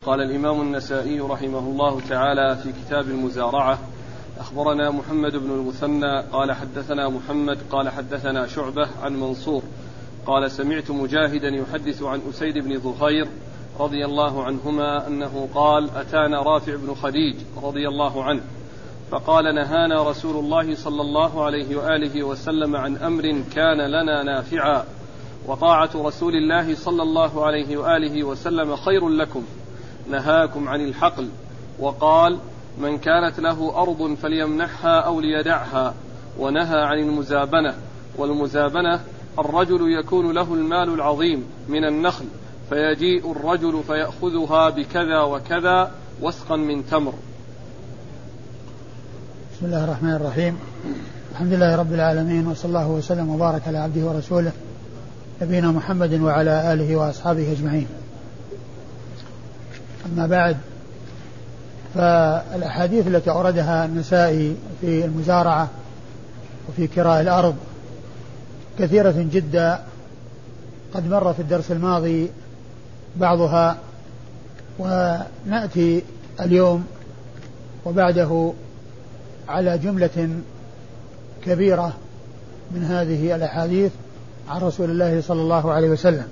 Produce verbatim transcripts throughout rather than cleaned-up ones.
قال الإمام النسائي رحمه الله تعالى في كتاب المزارعة: أخبرنا محمد بن المثنى قال حدثنا محمد قال حدثنا شعبة عن منصور قال سمعت مجاهدا يحدث عن أسيد بن ظهير رضي الله عنهما أنه قال: أتانا رافع بن خديج رضي الله عنه فقال: نهانا رسول الله صلى الله عليه وآله وسلم عن أمر كان لنا نافعا، وطاعة رسول الله صلى الله عليه وآله وسلم خير لكم، نهاكم عن الحقل، وقال: من كانت له أرض فليمنحها أو ليدعها، ونهى عن المزابنة. والمزابنة الرجل يكون له المال العظيم من النخل فيجيء الرجل فيأخذها بكذا وكذا وسقا من تمر. بسم الله الرحمن الرحيم. الحمد لله رب العالمين، وصلى الله وسلم وبارك على عبده ورسوله نبينا محمد وعلى آله وأصحابه أجمعين. أما بعد، فالأحاديث التي أوردها النسائي في المزارعة وفي كراء الأرض كثيرة جدا، قد مر في الدرس الماضي بعضها، ونأتي اليوم وبعده على جملة كبيرة من هذه الأحاديث عن رسول الله صلى الله عليه وسلم.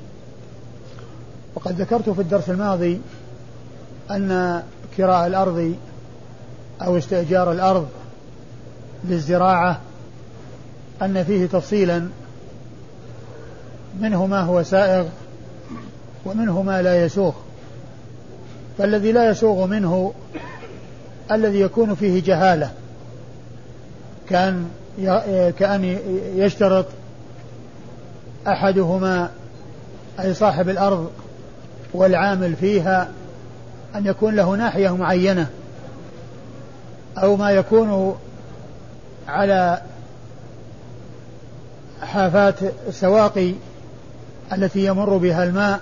وقد ذكرت في الدرس الماضي أن كراء الأرض أو استئجار الأرض للزراعة أن فيه تفصيلا، منه ما هو سائغ ومنه ما لا يسوغ. فالذي لا يسوغ منه الذي يكون فيه جهالة، كان كأن يشترط أحدهما أي صاحب الأرض والعامل فيها أن يكون له ناحية معينة، أو ما يكون على حافات السواقي التي يمر بها الماء،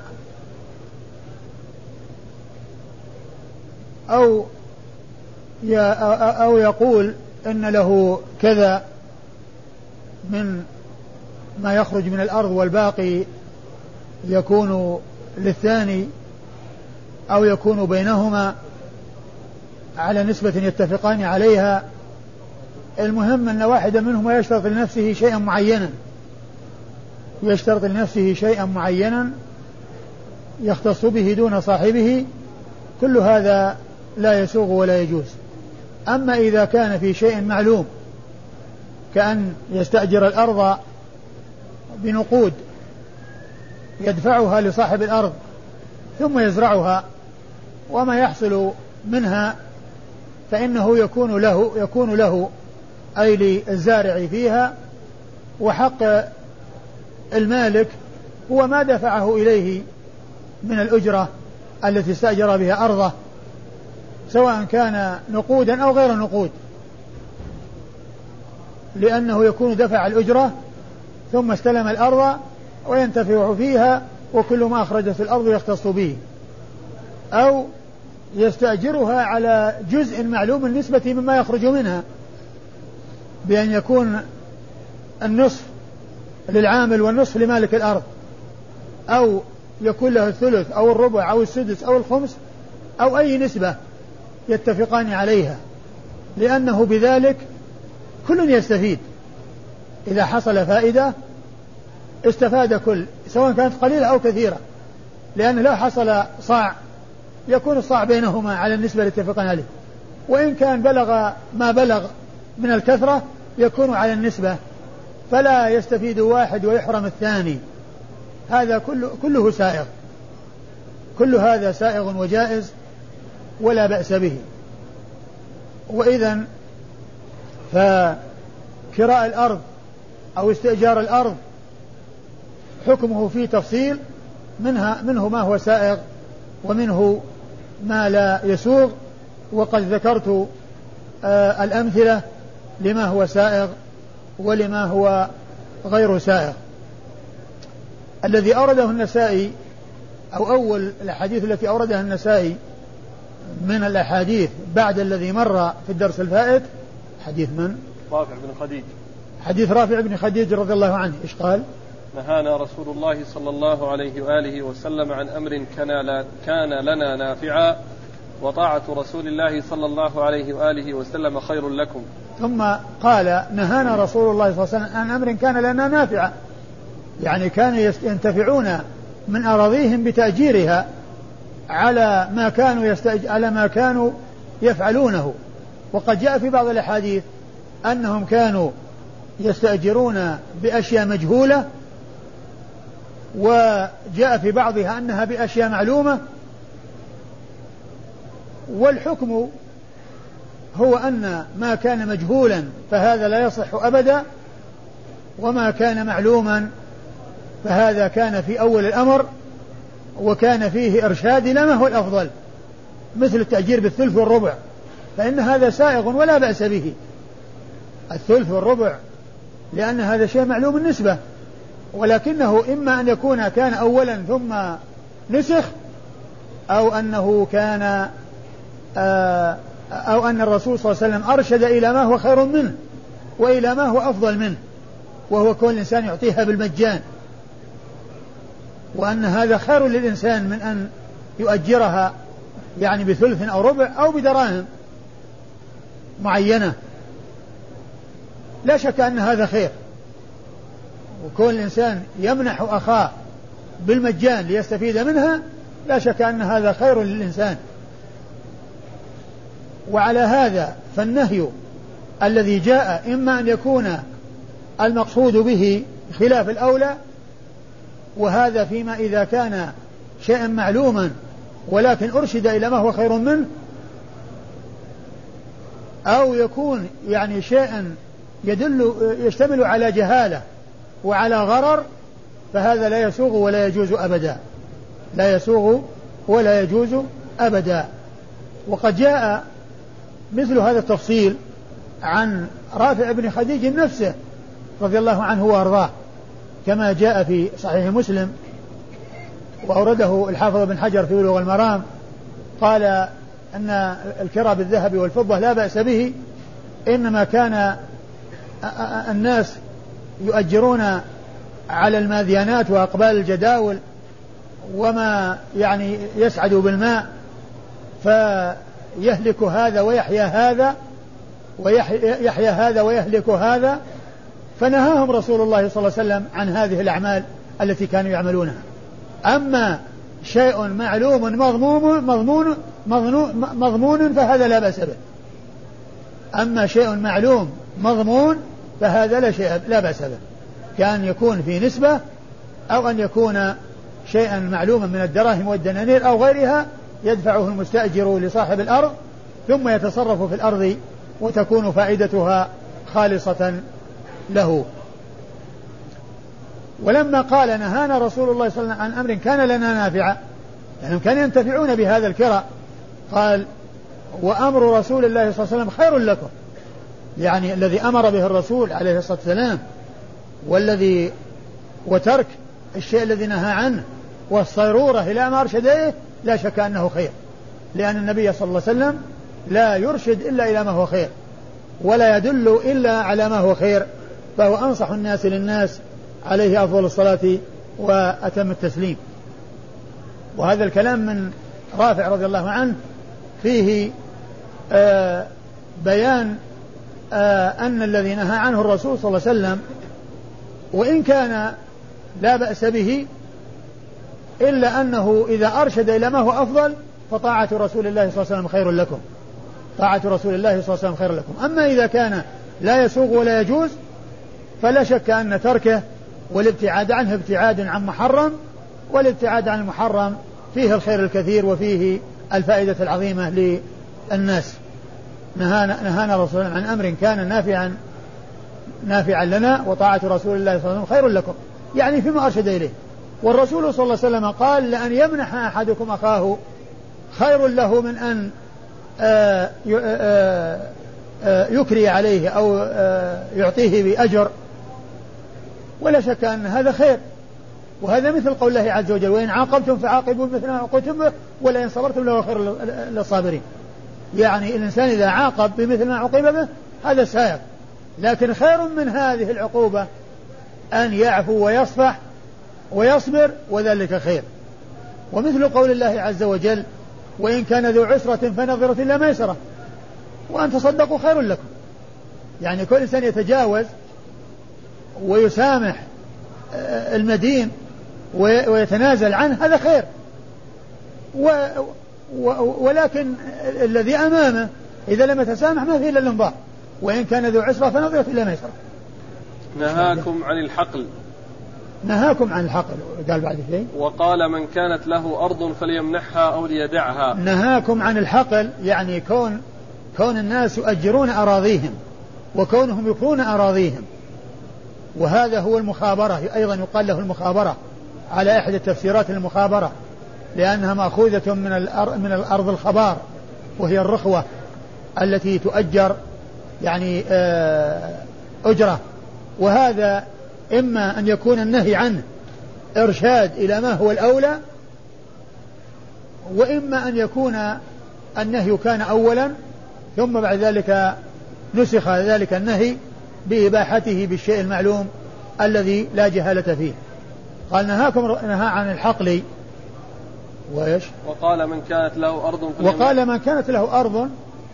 أو أو يقول إن له كذا من ما يخرج من الأرض والباقي يكون للثاني، أو يكون بينهما على نسبة يتفقان عليها. المهم أن واحدا منهما يشترط لنفسه شيئا معينا يشترط لنفسه شيئا معينا يختص به دون صاحبه، كل هذا لا يسوغ ولا يجوز. أما إذا كان في شيء معلوم، كأن يستأجر الأرض بنقود يدفعها لصاحب الأرض ثم يزرعها، وما يحصل منها فإنه يكون له يكون له أي للزارع فيها، وحق المالك هو ما دفعه إليه من الأجرة التي استأجر بها أرضه، سواء كان نقودا أو غير نقود، لأنه يكون دفع الأجرة ثم استلم الأرض وينتفع فيها، وكل ما أخرجت الأرض يختص به، أو يستأجرها على جزء معلوم النسبة مما يخرج منها، بأن يكون النصف للعامل والنصف لمالك الأرض، أو يكون له الثلث أو الربع أو السدس أو الخمس أو أي نسبة يتفقان عليها، لأنه بذلك كل يستفيد. إذا حصل فائدة استفاد كل، سواء كانت قليلة أو كثيرة، لأن لو حصل صاع يكون الصاع بينهما على النسبة التي اتفقان عليه، وإن كان بلغ ما بلغ من الكثرة يكون على النسبة، فلا يستفيد واحد ويحرم الثاني. هذا كله, كله سائغ، كل هذا سائغ وجائز ولا بأس به. وإذن فكراء الأرض أو استئجار الأرض حكمه فيه تفصيل، منها منه ما هو سائغ ومنه ما لا يسوغ، وقد ذكرت آه الأمثلة لما هو سائغ ولما هو غير سائغ. الذي أورده النسائي أو أول الأحاديث التي أوردها النسائي من الأحاديث بعد الذي مر في الدرس الفائت حديث من؟ رافع بن خديج، حديث رافع بن خديج رضي الله عنه. إيش قال؟ نهانا رسول الله صلى الله عليه وآله وسلم عن أمر كان لنا نافعا وطاعة رسول الله صلى الله عليه وآله وسلم خير لكم. ثم قال نهانا رسول الله صلى الله عليه وسلم عن أمر كان لنا نافعا، يعني كانوا ينتفعون من أراضيهم بتأجيرها على ما كانوا يستأج... على ما كانوا يفعلونه. وقد جاء في بعض الأحاديث أنهم كانوا يستأجرون بأشياء مجهولة، وجاء في بعضها أنها بأشياء معلومة. والحكم هو أن ما كان مجهولا فهذا لا يصح أبدا، وما كان معلوما فهذا كان في أول الأمر وكان فيه إرشاد إلى ما هو الأفضل، مثل التأجير بالثلث والربع، فإن هذا سائغ ولا بأس به، الثلث والربع، لأن هذا شيء معلوم النسبة، ولكنه إما أن يكون كان أولا ثم نسخ، أو أنه كان أو أن الرسول صلى الله عليه وسلم أرشد إلى ما هو خير منه وإلى ما هو أفضل منه، وهو كل إنسان يعطيها بالمجان، وأن هذا خير للإنسان من أن يؤجرها يعني بثلث أو ربع أو بدراهم معينة. لا شك أن هذا خير، وكل إنسان يمنح أخاه بالمجان ليستفيد منها لا شك أن هذا خير للإنسان. وعلى هذا فالنهي الذي جاء إما أن يكون المقصود به خلاف الأولى، وهذا فيما إذا كان شيئا معلوما ولكن أرشد إلى ما هو خير منه، أو يكون يعني شيئا يدل يشتمل على جهالة وعلى غرر، فهذا لا يسوغ ولا يجوز أبدا، لا يسوغ ولا يجوز أبدا. وقد جاء مثل هذا التفصيل عن رافع بن خديج نفسه رضي الله عنه وأرضاه، كما جاء في صحيح مسلم، وأورده الحافظ بن حجر في بلوغ المرام، قال أن الكرى بالذهب والفضة لا بأس به، إنما كان الناس يؤجرون على الماذيانات وأقبال الجداول وما يعني يسعد بالماء، فيهلك هذا ويحيا هذا ويحيا هذا ويهلك هذا، فنهاهم رسول الله صلى الله عليه وسلم عن هذه الأعمال التي كانوا يعملونها. أما شيء معلوم مضمون مضمون مضمون, مضمون فهذا لا بأس به، أما شيء معلوم مضمون فهذا لا شيء لا بأس به، كان يكون في نسبة أو أن يكون شيئا معلوما من الدراهم والدنانير أو غيرها يدفعه المستأجر لصاحب الأرض ثم يتصرف في الأرض وتكون فائدتها خالصة له. ولما قال نهانا رسول الله صلى الله عليه وسلم عن أمر كان لنا نافعا، لأنهم كانوا ينتفعون بهذا الكرة، قال وأمر رسول الله صلى الله عليه وسلم خير لكم، يعني الذي أمر به الرسول عليه الصلاة والسلام والذي وترك الشيء الذي نهى عنه والصيرورة إلى ما أرشد إليه لا شك أنه خير، لأن النبي صلى الله عليه وسلم لا يرشد إلا إلى ما هو خير ولا يدل إلا على ما هو خير، فهو أنصح الناس للناس عليه أفضل الصلاة وأتم التسليم. وهذا الكلام من رافع رضي الله عنه فيه آه بيان آه أن الذي نهى عنه الرسول صلى الله عليه وسلم وإن كان لا بأس به إلا أنه إذا أرشد إلى ما هو أفضل فطاعة رسول الله صلى الله عليه وسلم خير لكم، طاعة رسول الله صلى الله عليه وسلم خير لكم. أما إذا كان لا يسوغ ولا يجوز فلا شك أن تركه والابتعاد عنه ابتعاد عن محرم، والابتعاد عن المحرم فيه الخير الكثير وفيه الفائدة العظيمة للناس. نهانا, نهانا رسول الله عن أمر كان نافعا نافعا لنا وطاعة رسول الله صلى الله عليه وسلم خير لكم، يعني فيما أرشد إليه. والرسول صلى الله عليه وسلم قال لأن يمنح أحدكم أخاه خير له من أن آآ آآ آآ يكري عليه أو يعطيه بأجر، ولا شك أن هذا خير. وهذا مثل قول الله عز وجل وإن عاقبتم فعاقبوا مثل ما عوقبتم به ولئن صبرتم لهو خير للصابرين، يعني الإنسان إذا عاقب بمثل ما عوقب به هذا سائغ، لكن خير من هذه العقوبة أن يعفو ويصفح ويصبر وذلك خير. ومثل قول الله عز وجل وإن كان ذو عسرة فنظرة إلى ميسرة وأن تصدقوا خير لكم. يعني كل إنسان يتجاوز ويسامح المدين ويتنازل عنه هذا خير، و ولكن الذي أمامه إذا لم يتسامح ما فيه إلا الانظار. وإن كان ذو عسرة فنظرة إلى ميسرة. نهاكم عن الحقل. نهاكم عن الحقل. قال بعد شيء وقال من كانت له أرض فليمنحها أو ليدعها. نهاكم عن الحقل يعني كون كون الناس يؤجرون أراضيهم وكونهم يكرون أراضيهم، وهذا هو المخابرة، أيضا يقال له المخابرة على إحدى التفسيرات المخابرة، لأنها مأخوذة من الأرض من الأرض الخبار وهي الرخوة التي تؤجر يعني أجرة. وهذا إما أن يكون النهي عنه إرشاد إلى ما هو الأولى، وإما أن يكون النهي كان أولا ثم بعد ذلك نسخ ذلك النهي بإباحته بالشيء المعلوم الذي لا جهالة فيه. قال نهاكم نهى عن الحقل وإيش؟ وقال من كانت له أرض وقال من كانت له أرض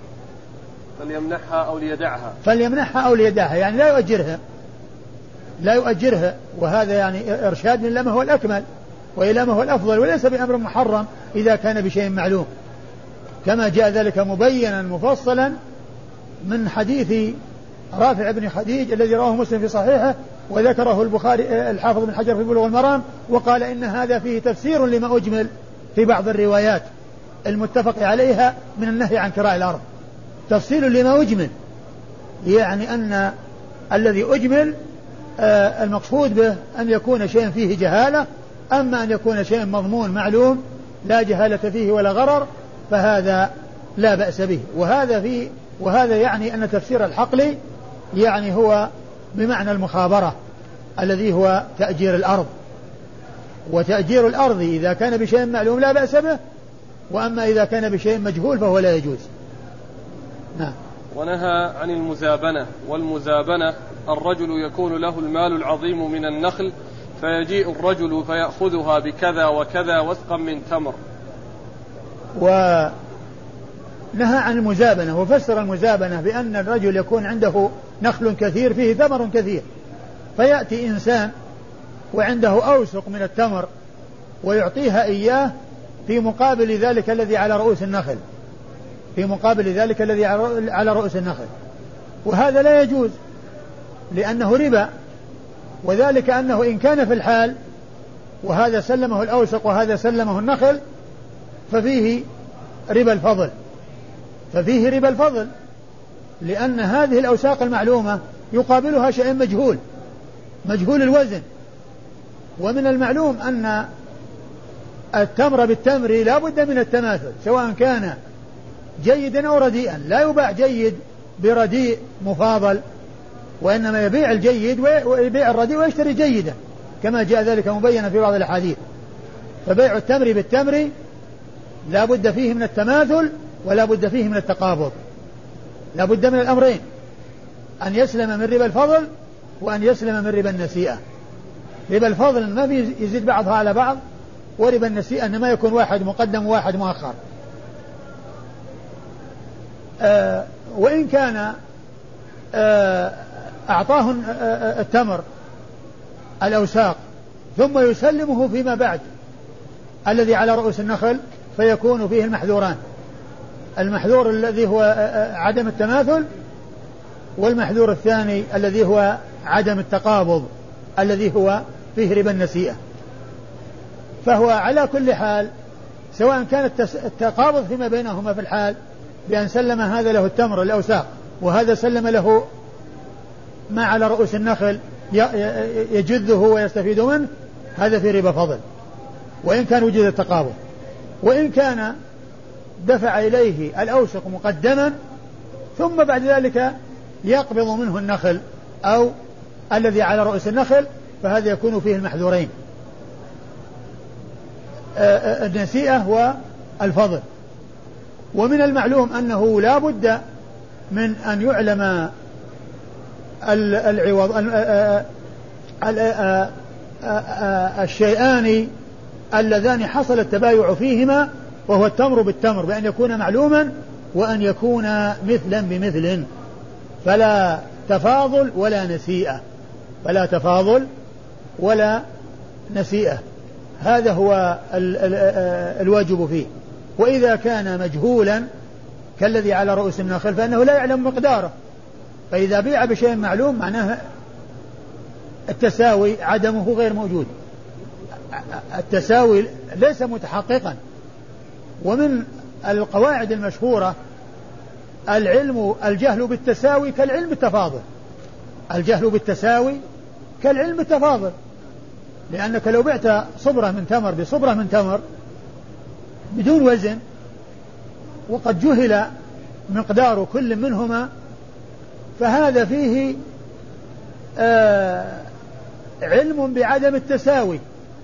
فليمنحها أو ليدعها فليمنحها أو ليدعها، يعني لا يؤجرها لا يؤجرها وهذا يعني إرشاد إلى ما هو الأكمل وإلى ما هو الأفضل، وليس بأمر محرم إذا كان بشيء معلوم، كما جاء ذلك مبينا مفصلا من حديث رافع بن خديج الذي رواه مسلم في صحيحه وذكره البخاري الحافظ بن حجر في بلوغ المرام، وقال إن هذا فيه تفسير لما أجمل في بعض الروايات المتفق عليها من النهي عن كراء الأرض، تفصيل لما أجمل، يعني أن الذي أجمل آه المقصود به أن يكون شيء فيه جهالة، أما أن يكون شيء مضمون معلوم لا جهالة فيه ولا غرر فهذا لا بأس به. وهذا في وهذا يعني أن تفسير الحقل يعني هو بمعنى المخابرة الذي هو تأجير الأرض، وتأجير الأرض إذا كان بشيء معلوم لا بأس به، وأما إذا كان بشيء مجهول فهو لا يجوز. نعم. ونهى عن المزابنة. والمزابنة الرجل يكون له المال العظيم من النخل فيجيء الرجل فيأخذها بكذا وكذا وثقا من تمر. ونهى عن المزابنة وفسر المزابنة بأن الرجل يكون عنده نخل كثير فيه ثمر كثير، فيأتي إنسان وعنده أوسق من التمر ويعطيها إياه في مقابل ذلك الذي على رؤوس النخل في مقابل ذلك الذي على رؤوس النخل وهذا لا يجوز لأنه ربا، وذلك أنه إن كان في الحال وهذا سلمه الأوسق وهذا سلمه النخل ففيه ربا الفضل ففيه ربا الفضل لأن هذه الأوساق المعلومة يقابلها شيء مجهول مجهول الوزن، ومن المعلوم أن التمر بالتمر لا بد من التماثل سواء كان جيدا أو رديئا، لا يباع جيد برديء مفاضل، وإنما يبيع الجيد ويبيع الرديء ويشتري جيدا كما جاء ذلك مبينا في بعض الأحاديث. فبيع التمر بالتمر لا بد فيه من التماثل ولا بد فيه من التقابض، لا بد من الأمرين، أن يسلم من ربا الفضل وأن يسلم من ربا النسيئة. ربا الفضل ما يزيد بعضها على بعض، وربا النسيئة أنما يكون واحد مقدم وواحد مؤخر. آه وإن كان آه أعطاه آه التمر الأوساق ثم يسلمه فيما بعد الذي على رؤوس النخل فيكون فيه المحذوران، المحذور الذي هو آه عدم التماثل، والمحذور الثاني الذي هو عدم التقابض الذي هو فيه ربا النسيئة. فهو على كل حال سواء كان التقابض فيما بينهما في الحال بأن سلم هذا له التمر الأوساق وهذا سلم له ما على رؤوس النخل يجذه ويستفيد منه، هذا في ربا فضل وإن كان وجد التقابض. وإن كان دفع إليه الأوسق مقدما ثم بعد ذلك يقبض منه النخل أو الذي على رؤوس النخل فهذا يكون فيه المحذورين النسيئة والفضل. ومن المعلوم أنه لا بد من أن يعلم العوض الشيئان اللذان حصل التبايع فيهما، وهو التمر بالتمر بأن يكون معلوما وأن يكون مثلا بمثل، فلا تفاضل ولا نسيئة، فلا تفاضل ولا نسيئة، هذا هو ال ال الواجب فيه. وإذا كان مجهولا كالذي على رؤوس النخل فإنه لا يعلم مقداره، فإذا بيع بشيء معلوم معناه التساوي عدمه غير موجود، التساوي ليس متحققا. ومن القواعد المشهورة العلم الجهل بالتساوي كالعلم بالتفاضل، الجهل بالتساوي كالعلم بالتفاضل، لأنك لو بعت صبرة من تمر بصبرة من تمر بدون وزن وقد جهل مقدار كل منهما فهذا فيه آه علم بعدم التساوي،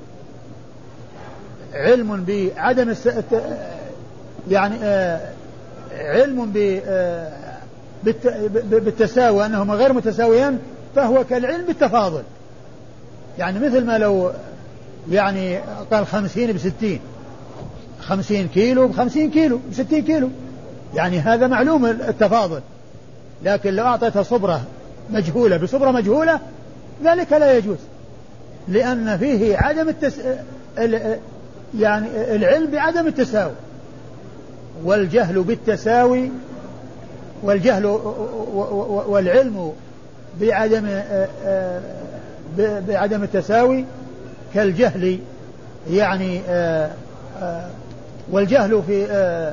علم بعدم الس... يعني آه علم ب... آه بالت... بالتساوي أنهما غير متساويان، فهو كالعلم بالتفاضل. يعني مثل ما لو يعني قال خمسين بستين، خمسين كيلو بخمسين كيلو بستين كيلو، يعني هذا معلوم التفاضل. لكن لو أعطيتها صبرة مجهولة بصبرة مجهولة ذلك لا يجوز، لأن فيه عدم التس... يعني العلم بعدم التساوي، والجهل بالتساوي، والجهل والعلم بعدم بعدم التساوي كالجهل، يعني والجهل في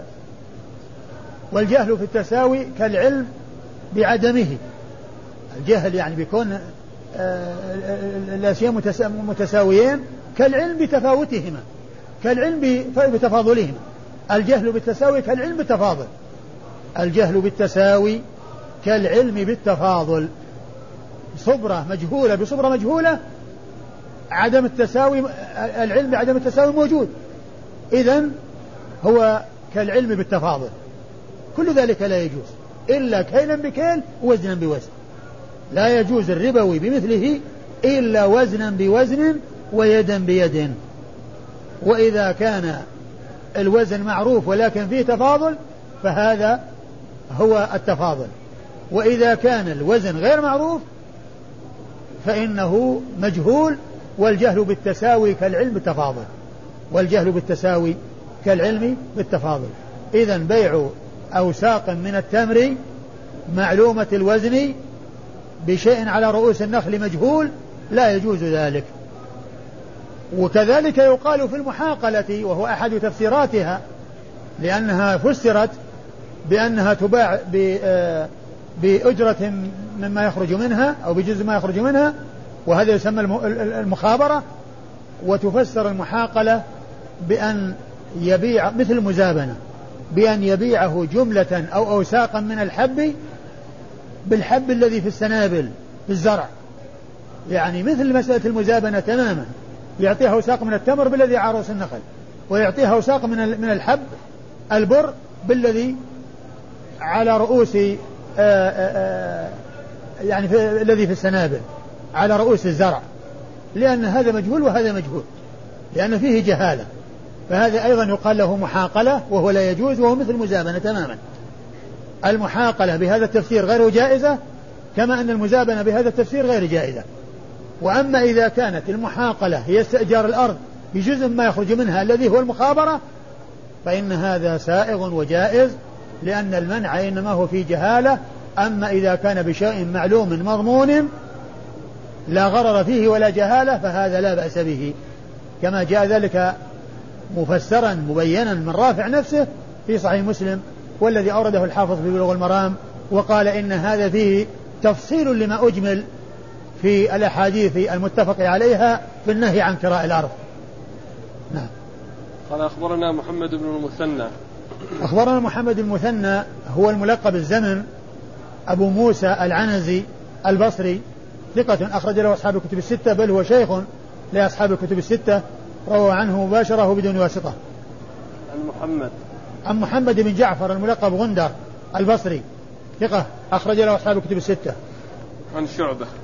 والجهل في التساوي كالعلم بعدمه. الجهل يعني بيكون الأشياء متساويين كالعلم بتفاوتهما، كالعلم بتفاضلهما. الجهل بالتساوي كالعلم بالتفاضل، الجهل بالتساوي كالعلم بالتفاضل. صبرة مجهولة بصبرة مجهولة عدم التساوي، العلم بعدم التساوي موجود، إذن هو كالعلم بالتفاضل. كل ذلك لا يجوز إلا كيلا بكيل وزنا بوزن، لا يجوز الربوي بمثله إلا وزنا بوزن ويدا بيد. وإذا كان الوزن معروف ولكن فيه تفاضل فهذا هو التفاضل، وإذا كان الوزن غير معروف فإنه مجهول، والجهل بالتساوي كالعلم بالتفاضل، والجهل بالتساوي كالعلم بالتفاضل. إذن بيع أوساق من التمر معلومة الوزن بشيء على رؤوس النخل مجهول لا يجوز ذلك. وكذلك يقال في المحاقلة، وهو أحد تفسيراتها، لأنها فسرت بأنها تباع بأجرة مما يخرج منها أو بجزء ما يخرج منها، وهذا يسمى المخابرة. وتفسر المحاقلة بأن يبيع مثل المزابنة، بأن يبيعه جملة أو أوساقا من الحب بالحب الذي في السنابل في الزرع، يعني مثل مسألة المزابنة تماما، يعطيها أوساق من التمر بالذي على رؤوس النخل، ويعطيها أوساق من من الحب البر بالذي على رؤوس آآ آآ يعني في الذي في السنابل على رؤوس الزرع، لأن هذا مجهول وهذا مجهول، لأن فيه جهالة. فهذا أيضا يقال له محاقلة، وهو لا يجوز، وهو مثل المزابنة تماما. المحاقلة بهذا التفسير غير جائزة، كما أن المزابنة بهذا التفسير غير جائزة. وأما إذا كانت المحاقلة هي استئجار الأرض بجزء ما يخرج منها الذي هو المخابرة فإن هذا سائغ وجائز، لأن المنع إنما هو في جهالة. أما إذا كان بشيء معلوم مضمون لا غرر فيه ولا جهالة فهذا لا بأس به، كما جاء ذلك مفسرا مبينا من رافع نفسه في صحيح مسلم، والذي أورده الحافظ في بلوغ المرام، وقال إن هذا فيه تفصيل لما أجمل في الأحاديث المتفق عليها في النهي عن كراء الأرض. نعم. قال أخبرنا محمد بن المثنى. أخبرنا محمد المثنى هو الملقب الزمن أبو موسى العنزي البصري، ثقة أخرج له أصحاب الكتب الستة، بل هو شيخ لأصحاب الكتب الستة، روى عنه مباشرة بدون واسطة. عن محمد عن محمد بن جعفر الملقب غندر البصري، ثقة أخرج له أصحاب الكتب الستة. عن شعبة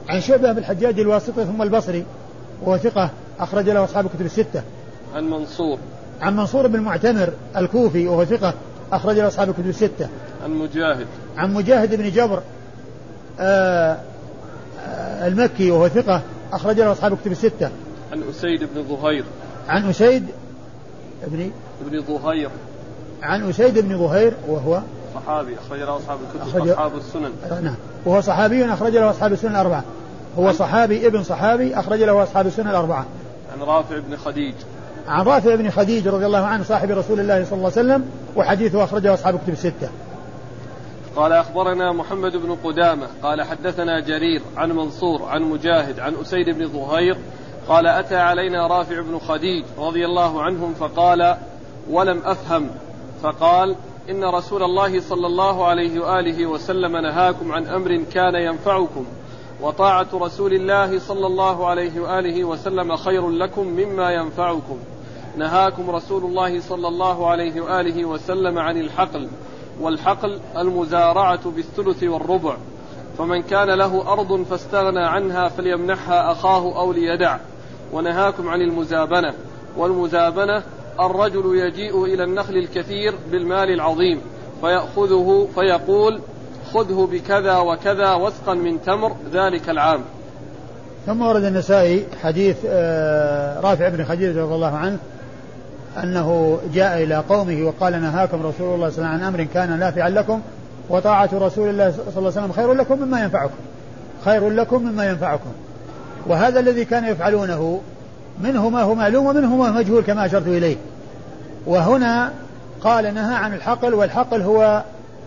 عن شعبة بن الحجاج الواسطي ثم البصري وهو ثقة أخرج له أصحاب الكتب الستة. عن منصور عن منصور بن المعتمر الكوفي وهو ثقة أخرج له أصحاب الكتب الستة. عن مجاهد عن مجاهد بن جبر آآ آآ المكي وهو ثقة أخرج له أصحاب الكتب الستة. عن أسيد بن ظهير عن أسيد بن بن ظهير عن أسيد بن ظهير وهو صحابي أخرج له أصحاب الكتب أصحاب السنن. نعم وهو صحابي أخرج له أصحاب السنن الأربعة. هو صحابي ابن صحابي أخرج له أصحاب السنن الأربعة. عن رافع بن خديج عن رافع بن خديج رضي الله عنه صاحب رسول الله صلى الله عليه وسلم وحديثه أخرجه أصحاب الكتب الستة. قال أخبرنا محمد بن قدامة قال حدثنا جرير عن منصور عن مجاهد عن أسيد بن ظهير قال أتى علينا رافع بن خديج رضي الله عنهم فقال ولم أفهم فقال إن رسول الله صلى الله عليه وآله وسلم نهاكم عن أمر كان ينفعكم وطاعة رسول الله صلى الله عليه وآله وسلم خير لكم مما ينفعكم. نهاكم رسول الله صلى الله عليه وآله وسلم عن الحقل والحقل المزارعة بالثلث والربع فمن كان له أرض فاستغنى عنها فليمنحها أخاه أو ليدع. ونهاكم عن المزابنة والمزابنة الرجل يجيء إلى النخل الكثير بالمال العظيم فيأخذه فيقول خذه بكذا وكذا وسقا من تمر ذلك العام. ثم ورد النسائي حديث رافع بن خديج رضي الله عنه أنه جاء إلى قومه وقال نهاكم رسول الله صلى الله عليه وسلم عن أمر كان نافعا لكم وطاعة رسول الله صلى الله عليه وسلم خير لكم مما ينفعكم خير لكم مما ينفعكم. وهذا الذي كان يفعلونه منه ما هو معلوم ومنه ما هو مجهول كما أشرت إليه. وهنا قال نهى عن الحقل والحقل هو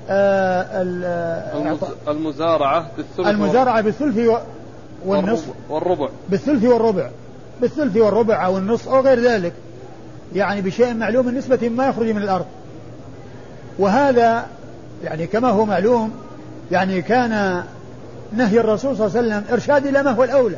المزارعة بالثلث المزارعة بالثلث والنصف والربع بالثلث والربع بالثلث والربع أو النصف أو غير ذلك يعني بشيء معلوم النسبة ما يخرج من الأرض. وهذا يعني كما هو معلوم يعني كان نهي الرسول صلى الله عليه وسلم إرشاد إلى ما هو الأولى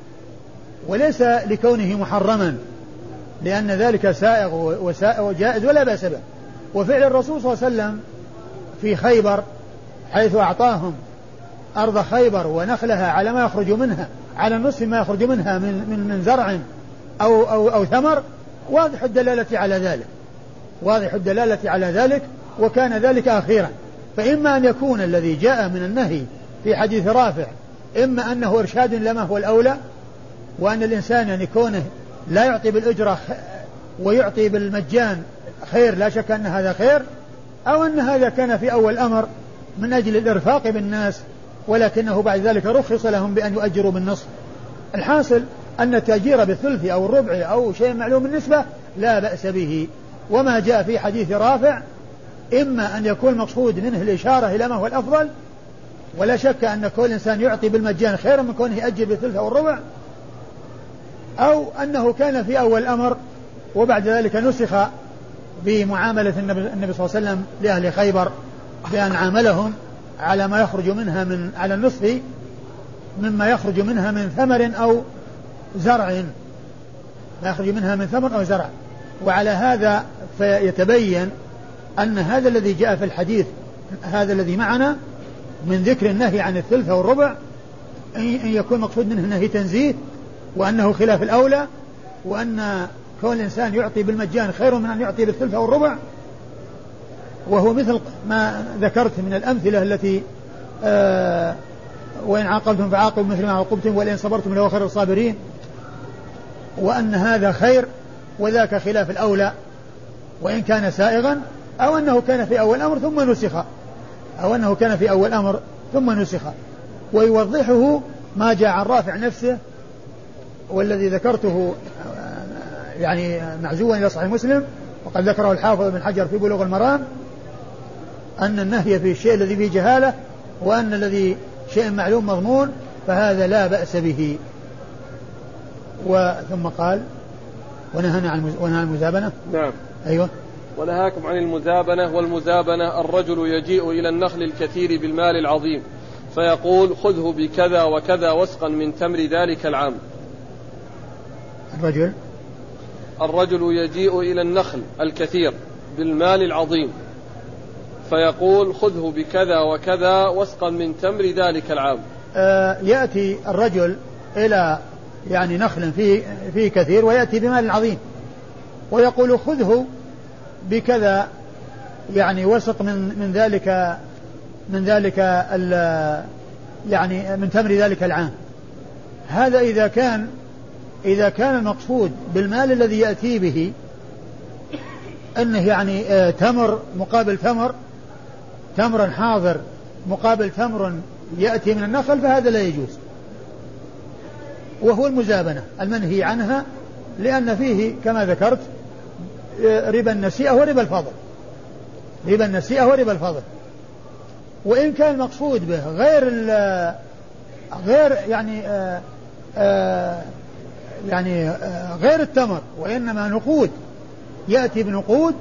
وليس لكونه محرما لأن ذلك سائغ وجائز ولا بأس به. وفعل الرسول صلى الله عليه وسلم في خيبر حيث أعطاهم أرض خيبر ونخلها على ما يخرج منها على النصف ما يخرج منها من, من, من زرع أو, أو, أو ثمر واضح الدلالة على ذلك واضح الدلالة على ذلك وكان ذلك أخيرا. فإما أن يكون الذي جاء من النهي في حديث رافع إما أنه إرشاد لما هو الأولى وأن الإنسان يعني كونه لا يعطي بالأجرة ويعطي بالمجان خير لا شك أن هذا خير أو أن هذا كان في أول أمر من أجل الإرفاق بالناس ولكنه بعد ذلك رخص لهم بأن يؤجروا بالنصف. الحاصل أن التأجير بالثلث أو الربع أو شيء معلوم النسبة لا بأس به. وما جاء في حديث رافع إما أن يكون مقصود منه الإشارة إلى ما هو الأفضل ولا شك أن كل إنسان يعطي بالمجان خيرا من كونه يأجر بالثلث أو الربع أو أنه كان في أول أمر وبعد ذلك نسخ بمعاملة النبي صلى الله عليه وسلم لأهل خيبر بأن عاملهم على ما يخرج منها من على النصف مما يخرج منها من ثمر أو زرع ما يخرج منها من ثمر أو زرع. وعلى هذا فيتبين أن هذا الذي جاء في الحديث هذا الذي معنا من ذكر النهي عن الثلث والربع أن يكون مقصود منه النهي تنزيه وأنه خلاف الأولى وأن كون الإنسان يعطي بالمجان خير من أن يعطي بالثلث أو الربع. وهو مثل ما ذكرت من الأمثلة التي آه وإن عاقبتم فعاقبوا مثل ما عاقبتم ولئن صبرتم لهو خير الصابرين وأن هذا خير وذاك خلاف الأولى وإن كان سائغا أو أنه كان في أول أمر ثم نسخ أو أنه كان في أول أمر ثم نسخ. ويوضحه ما جاء عن رافع نفسه والذي ذكرته يعني معزوا إلى صحيح مسلم وقد ذكره الحافظ بن حجر في بلوغ المرام أن النهي في الشيء الذي فيه جهالة وأن الذي شيء معلوم مضمون فهذا لا بأس به. وثم قال ونهى عن المزابنة. نعم أيوة. ونهاكم عن المزابنة والمزابنة الرجل يجيء إلى النخل الكثير بالمال العظيم فيقول خذه بكذا وكذا وسقا من تمر ذلك العام. الرجل الرجل يجيء إلى النخل الكثير بالمال العظيم فيقول خذه بكذا وكذا وسقا من تمر ذلك العام. آه يأتي الرجل إلى يعني نخل فيه, فيه كثير ويأتي بمال عظيم ويقول خذه بكذا يعني وسق من من ذلك من ذلك يعني من تمر ذلك العام. هذا إذا كان إذا كان المقصود بالمال الذي يأتي به أنه يعني آه تمر مقابل تمر، تمر حاضر مقابل تمر يأتي من النخل، فهذا لا يجوز، وهو المزابنة المنهي عنها، لأن فيه كما ذكرت ربا النسيئة وربا الفضل، ربا النسيئة وربا الفضل. وإن كان المقصود به غير غير يعني آآ آآ يعني آآ غير التمر، وإنما نقود، يأتي بنقود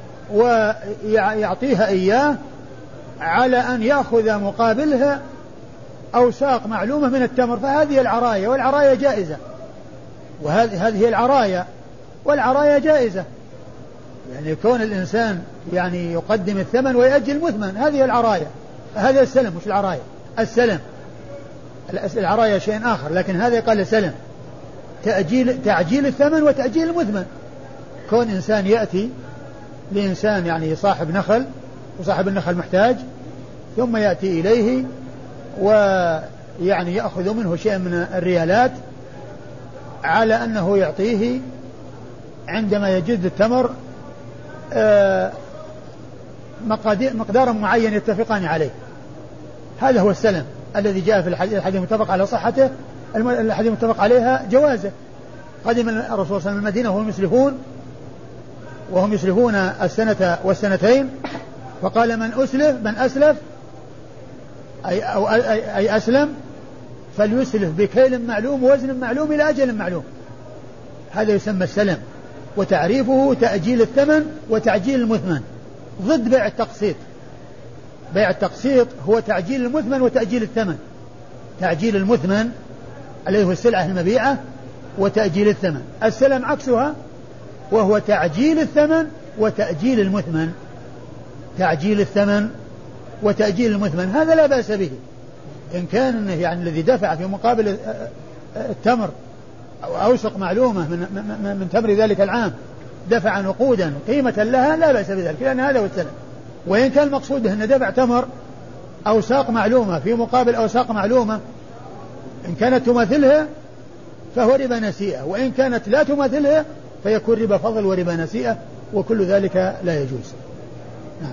ويعطيها إياه على أن يأخذ مقابلها أوساق معلومة من التمر، فهذه العراية، والعراية جائزة، وهذه هذه العراية والعراية جائزة، يعني كون الإنسان يعني يقدم الثمن ويأجل المثمن، هذه العراية، هذا السلم مش العراية، السلم، العراية شيء آخر، لكن هذا قال السلم، تأجيل تعجيل الثمن وتأجيل المثمن. كون إنسان يأتي لإنسان يعني صاحب نخل وصاحب النخل محتاج، ثم يأتي إليه ويعني يأخذ منه شيء من الريالات على أنه يعطيه عندما يجد التمر مقدارا معين يتفقان عليه. هذا هو السلم الذي جاء في الحديث المتفق على صحته، الحديث المتفق عليها جوازه. قدم الرسول صلى الله عليه وسلم المدينة وهم يسلفون وهم يسلفون السنة والسنتين، فقال من أسلف من أسلف أي, أو أي, أي أسلم فليسلف بكيل معلوم ووزن معلوم إلى أجل معلوم. هذا يسمى السلم، وتعريفه تأجيل الثمن وتعجيل المثمن، ضد بيع التقسيط. بيع التقسيط هو تعجيل المثمن وتأجيل الثمن، تعجيل المثمن الذي هو السلعة المبيعة وتأجيل الثمن. السلم عكسها وهو تعجيل الثمن وتأجيل المثمن، تعجيل الثمن وتأجيل المثمن، هذا لا بأس به إن كان يعني الذي دفع في مقابل التمر أو أوسق معلومة من, من, من تمر ذلك العام دفع نقودا قيمة لها، لا بأس بذلك، لأن هذا هو السلم. وإن كان المقصود به أن دفع تمر أوساق معلومة في مقابل أوساق معلومة، إن كانت تماثلها فهو ربا نسيئة، وإن كانت لا تماثلها فيكون ربا فضل وربا نسيئة، وكل ذلك لا يجوز. نعم.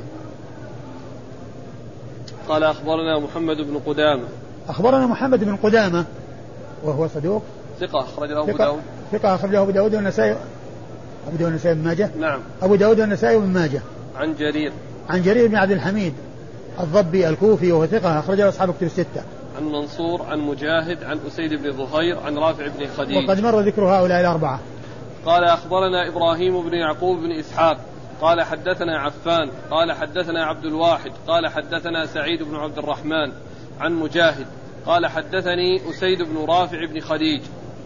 قال أخبرنا محمد بن قدامة. أخبرنا محمد بن قدامة وهو صدوق ثقة أخرج له أبو داود. ثقة أخرج له أبو داود والنسائي. أبو داود والنسائي بن ماجه. نعم. أبو داود والنسائي بن ماجه. عن جرير. عن جرير بن عبد الحميد الضبي الكوفي وهو ثقة أخرجه أصحاب كتب الستة. عن منصور عن مجاهد عن أسيد بن ظهير عن رافع بن خديج. وقد مر ذكر هؤلاء الأربعة. قال أخبرنا إبراهيم بن يعقوب بن إسحاق قال حدثنا عفان قال حدثنا عبد الواحد قال حدثنا سعيد بن عبد الرحمن عن مجاهد قال حدثني أسيد بن رافع بن خديج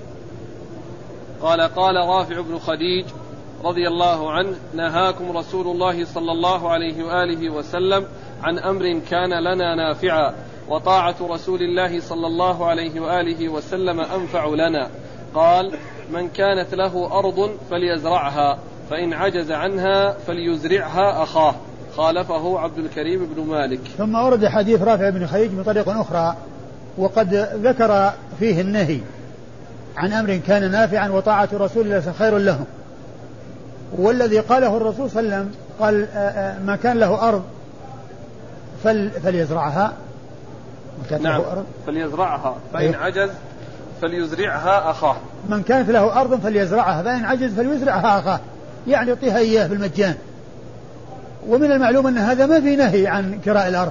قال قال رافع بن خديج رضي الله عنه نهاكم رسول الله صلى الله عليه وآله وسلم عن أمر كان لنا نافعا، وطاعة رسول الله صلى الله عليه وآله وسلم أنفع لنا. قال من كانت له أرض فليزرعها، فإن عجز عنها فليزرعها أخاه. خالفه عبد الكريم بن مالك. ثم ورد حديث رافع بن خديج من طريق أخرى وقد ذكر فيه النهي عن أمر كان نافعا وطاعة رسول الله خير لهم. والذي قاله الرسول صلى الله عليه وسلم قال ما كان له أرض فليزرعها. نعم فليزرعها فإن عجز فليزرعها أخاه. من كانت له أرض فليزرعها فإن عجز فليزرعها أخاه، يعني يعطيها إياه بالمجان. ومن المعلوم أن هذا ما في نهي عن كراء الأرض،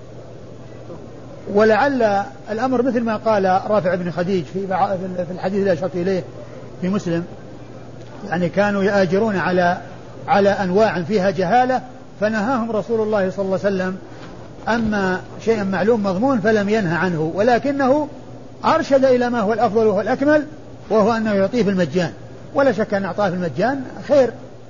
ولعل الأمر مثل ما قال رافع بن خديج في في الحديث الذي أشرت إليه في مسلم، يعني كانوا يآجرون على على أنواع فيها جهالة فنهاهم رسول الله صلى الله عليه وسلم. أما شيء معلوم مضمون فلم ينهى عنه، ولكنه أرشد إلى ما هو الأفضل وهو الأكمل، وهو أنه يعطيه بالمجان. ولا شك أن أعطاه بالمجان خير،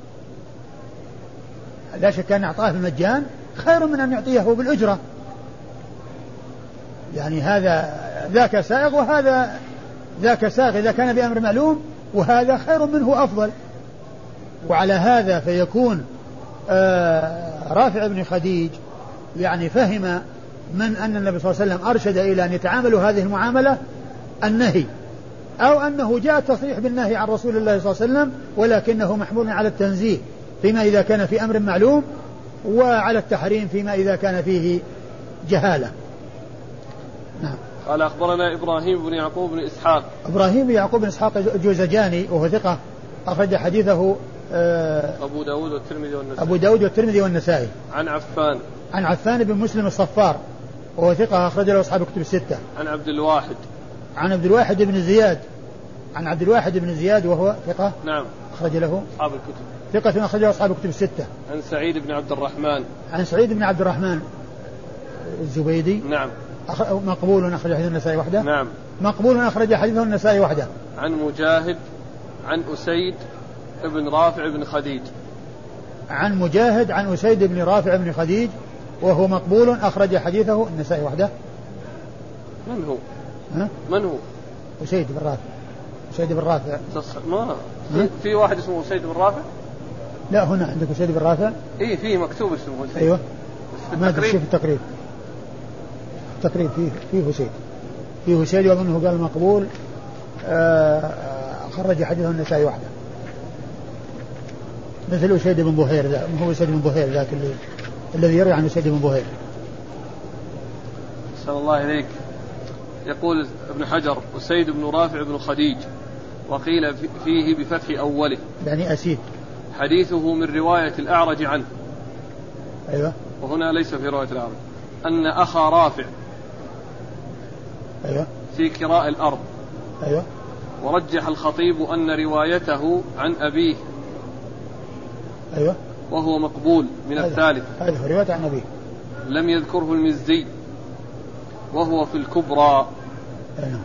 لا شك أن أعطاه بالمجان خير من أن يعطيه بالأجرة. يعني هذا ذاك سائغ وهذا ذاك سائغ إذا كان بأمر معلوم، وهذا خير منه أفضل. وعلى هذا فيكون آه رافع بن خديج يعني فهم من أن النبي صلى الله عليه وسلم أرشد إلى أن يتعاملوا هذه المعاملة النهي، أو أنه جاء التصريح بالنهي عن رسول الله صلى الله عليه وسلم ولكنه محمول على التنزيه فيما إذا كان في أمر معلوم، وعلى التحريم فيما إذا كان فيه جهالة. نعم. قال أخبرنا إبراهيم بن يعقوب بن إسحاق. إبراهيم بن يعقوب بن إسحاق الجوزجاني وهو ثقة أخرج حديثه أبو داود والترمذي والنسائي. أبو داود والترمذي والنسائي. عن عفان. عن عفان بن مسلم الصفار وهو ثقة أخرج له أصحاب كتب الستة. عن عبد الواحد. عن عبد الواحد بن زياد. عن عبد الواحد بن زياد وهو ثقة. نعم. أخرج له أصحاب الكتب. ثقة أخرج له أصحاب كتب الستة. عن سعيد بن عبد الرحمن. عن سعيد بن عبد الرحمن الزبيدي. نعم. مقبول أخرج حديث النسائي وحده. نعم. مقبول أخرج حديثه النسائي وحده. عن مجاهد عن أسيد بن رافع بن خديج. عن مجاهد عن أسيد بن رافع بن خديج وهو مقبول أخرج حديثه النسائي وحده. من هو؟ ها؟ من هو؟ أسيد بن رافع. أسيد بن رافع. ما في, في واحد اسمه أسيد بن رافع؟ لا هنا عندك أسيد بن رافع. إيه فيه مكتوب اسمه أسيد. أيوه. ما تشوف التقريب. التقريب فيه فيه أسيد. فيه أسيد وأظنه قال مقبول آه خرج حديثه النسائي وحده. مثل أسيد بن بهير ذا، هو أسيد بن بهير ذاك اللي الذي يروي عن أسيد بن بهير. صلى الله عليك. يقول ابن حجر أسيد بن رافع بن خديج، وقيل فيه بفتح أوله يعني أسيد. حديثه من رواية الأعرج عنه. أيوة. وهنا ليس في رواية الأعرج. أن أخا رافع أيوة. في كراء الأرض. أيوة. ورجح الخطيب أن روايته عن أبيه. أيوة. وهو مقبول من الثالث. هذا رواية عن أبيه. لم يذكره المزي وهو في الكبرى. أيوة.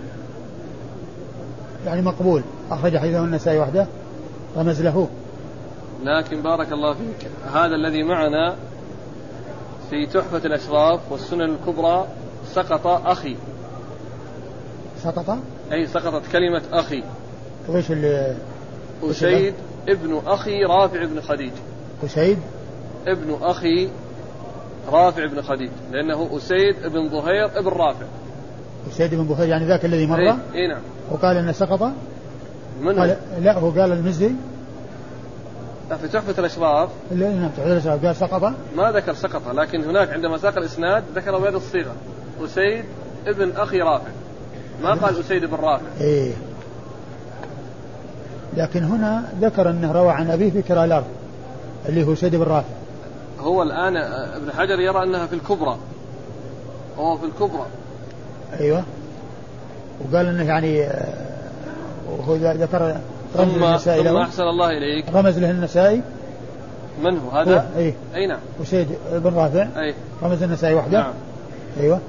يعني مقبول أخرج حديثه النسائي وحده رمز له. لكن بارك الله فيك هذا الذي معنا في تحفة الأشراف والسنن الكبرى سقط أخي. سقط؟ أي سقطت كلمة أخي. وإيش اللي أسيد ابن أخي رافع بن خديج. أسيد ابن أخي رافع بن خديج، لأنه أسيد ابن ظهير ابن رافع. أسيد بن بهير يعني ذاك الذي مر. إيه, إيه نعم. وقال أنه سقط. من قال لا هو قال المزي في تحفة الأشراف. لا نعم تحفة الأشراف قال سقط. ما ذكر سقط، لكن هناك عندما ساق الإسناد ذكر بهذه الصيغة أسيد ابن أخي رافع، ما قال أسيد بن رافع. إيه. لكن هنا ذكر أنه روى عن أبيه في كراء الأرض اللي هو أسيد بن رافع. هو الآن ابن حجر يرى أنها في الكبرى. هو في الكبرى. أيوة. وقال أنه يعني وهو ذكر رمز ثم, النسائي ثم له. أحسن الله إليك. رمز له النسائي. من هو هذا؟ هو. أيه. أي نعم. أسيد بن رافع. أي. رمز النسائي وحده. نعم. أيوة.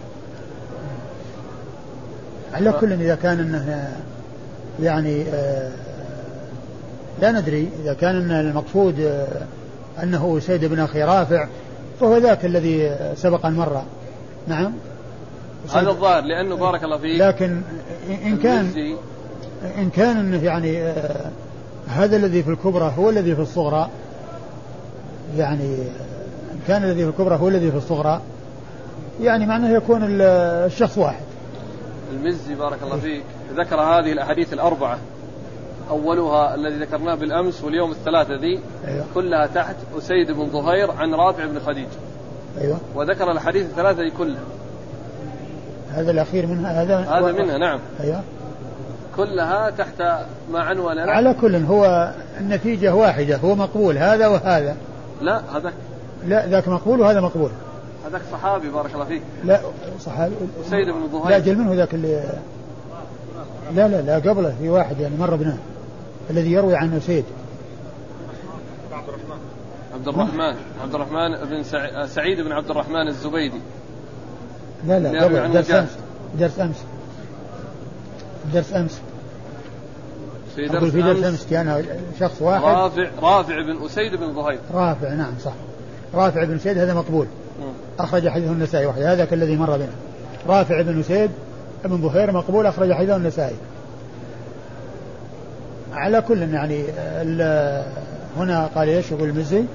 على كل إذا كان أنه يعني آه لا ندري إذا كان أن المقصود آه أنه أسيد بن أخي رافع فهو ذاك الذي سبق أن مر. نعم. هذا الظاهر لأنه بارك الله فيه. لكن إن كان إن كان أنه يعني آه هذا الذي في الكبرى هو الذي في الصغرى، يعني إن كان الذي في الكبرى هو الذي في الصغرى يعني معناه يكون الشخص واحد. المزي بارك الله فيك ذكر هذه الأحاديث الأربعة، أولها الذي ذكرناه بالأمس واليوم الثلاثة ذي. أيوة. كلها تحت أسيد بن ظهير عن رافع بن خديج. أيوة. وذكر الحديث الثلاثة كلها. هذا الأخير منها هذا هذا منها نعم. أيوة. كلها تحت ما عنوان لنا. على كل هو النتيجة واحدة، هو مقبول هذا وهذا. لا هذاك لا ذاك مقبول وهذا مقبول. هذاك صحابي بارك الله فيك. لا صحابي أسيد بن ظهير. لا أجل منه ذاك اللي لا لا لا قبله في واحد يعني مر بنا الذي يروي عنه أسيد. عبد الرحمن. عبد الرحمن عبد الرحمن بن سع... سعيد بن عبد الرحمن الزبيدي. لا لا قبل درس أمس درس أمس درس أمس في درس, في درس أمس كان شخص واحد. رافع رافع بن أسيد بن ظهير. رافع نعم صح. رافع بن أسيد هذا مقبول. م. أخرج حديثه النسائي وحده. هذا كالذي مر بنا. رافع بن أسيد ابن بهير مقبول أخرج حديثه النسائي. على كل يعني هنا قال ايش يقول المزي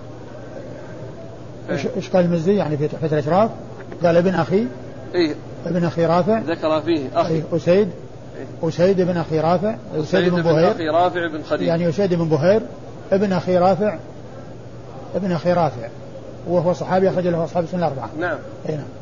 ايش قال المزي يعني في تحفة الأشراف قال ابن أخي إيه؟ ابن أخي رافع ذكر فيه أخي إيه؟ أسيد إيه؟ أسيد بن أخي رافع أسيد بن بهير أخي رافع بن خديج يعني أسيد بن بهير ابن أخي رافع ابن أخي رافع وهو صحابي أخرج له أصحاب السنة الأربعة. نعم. أي نعم.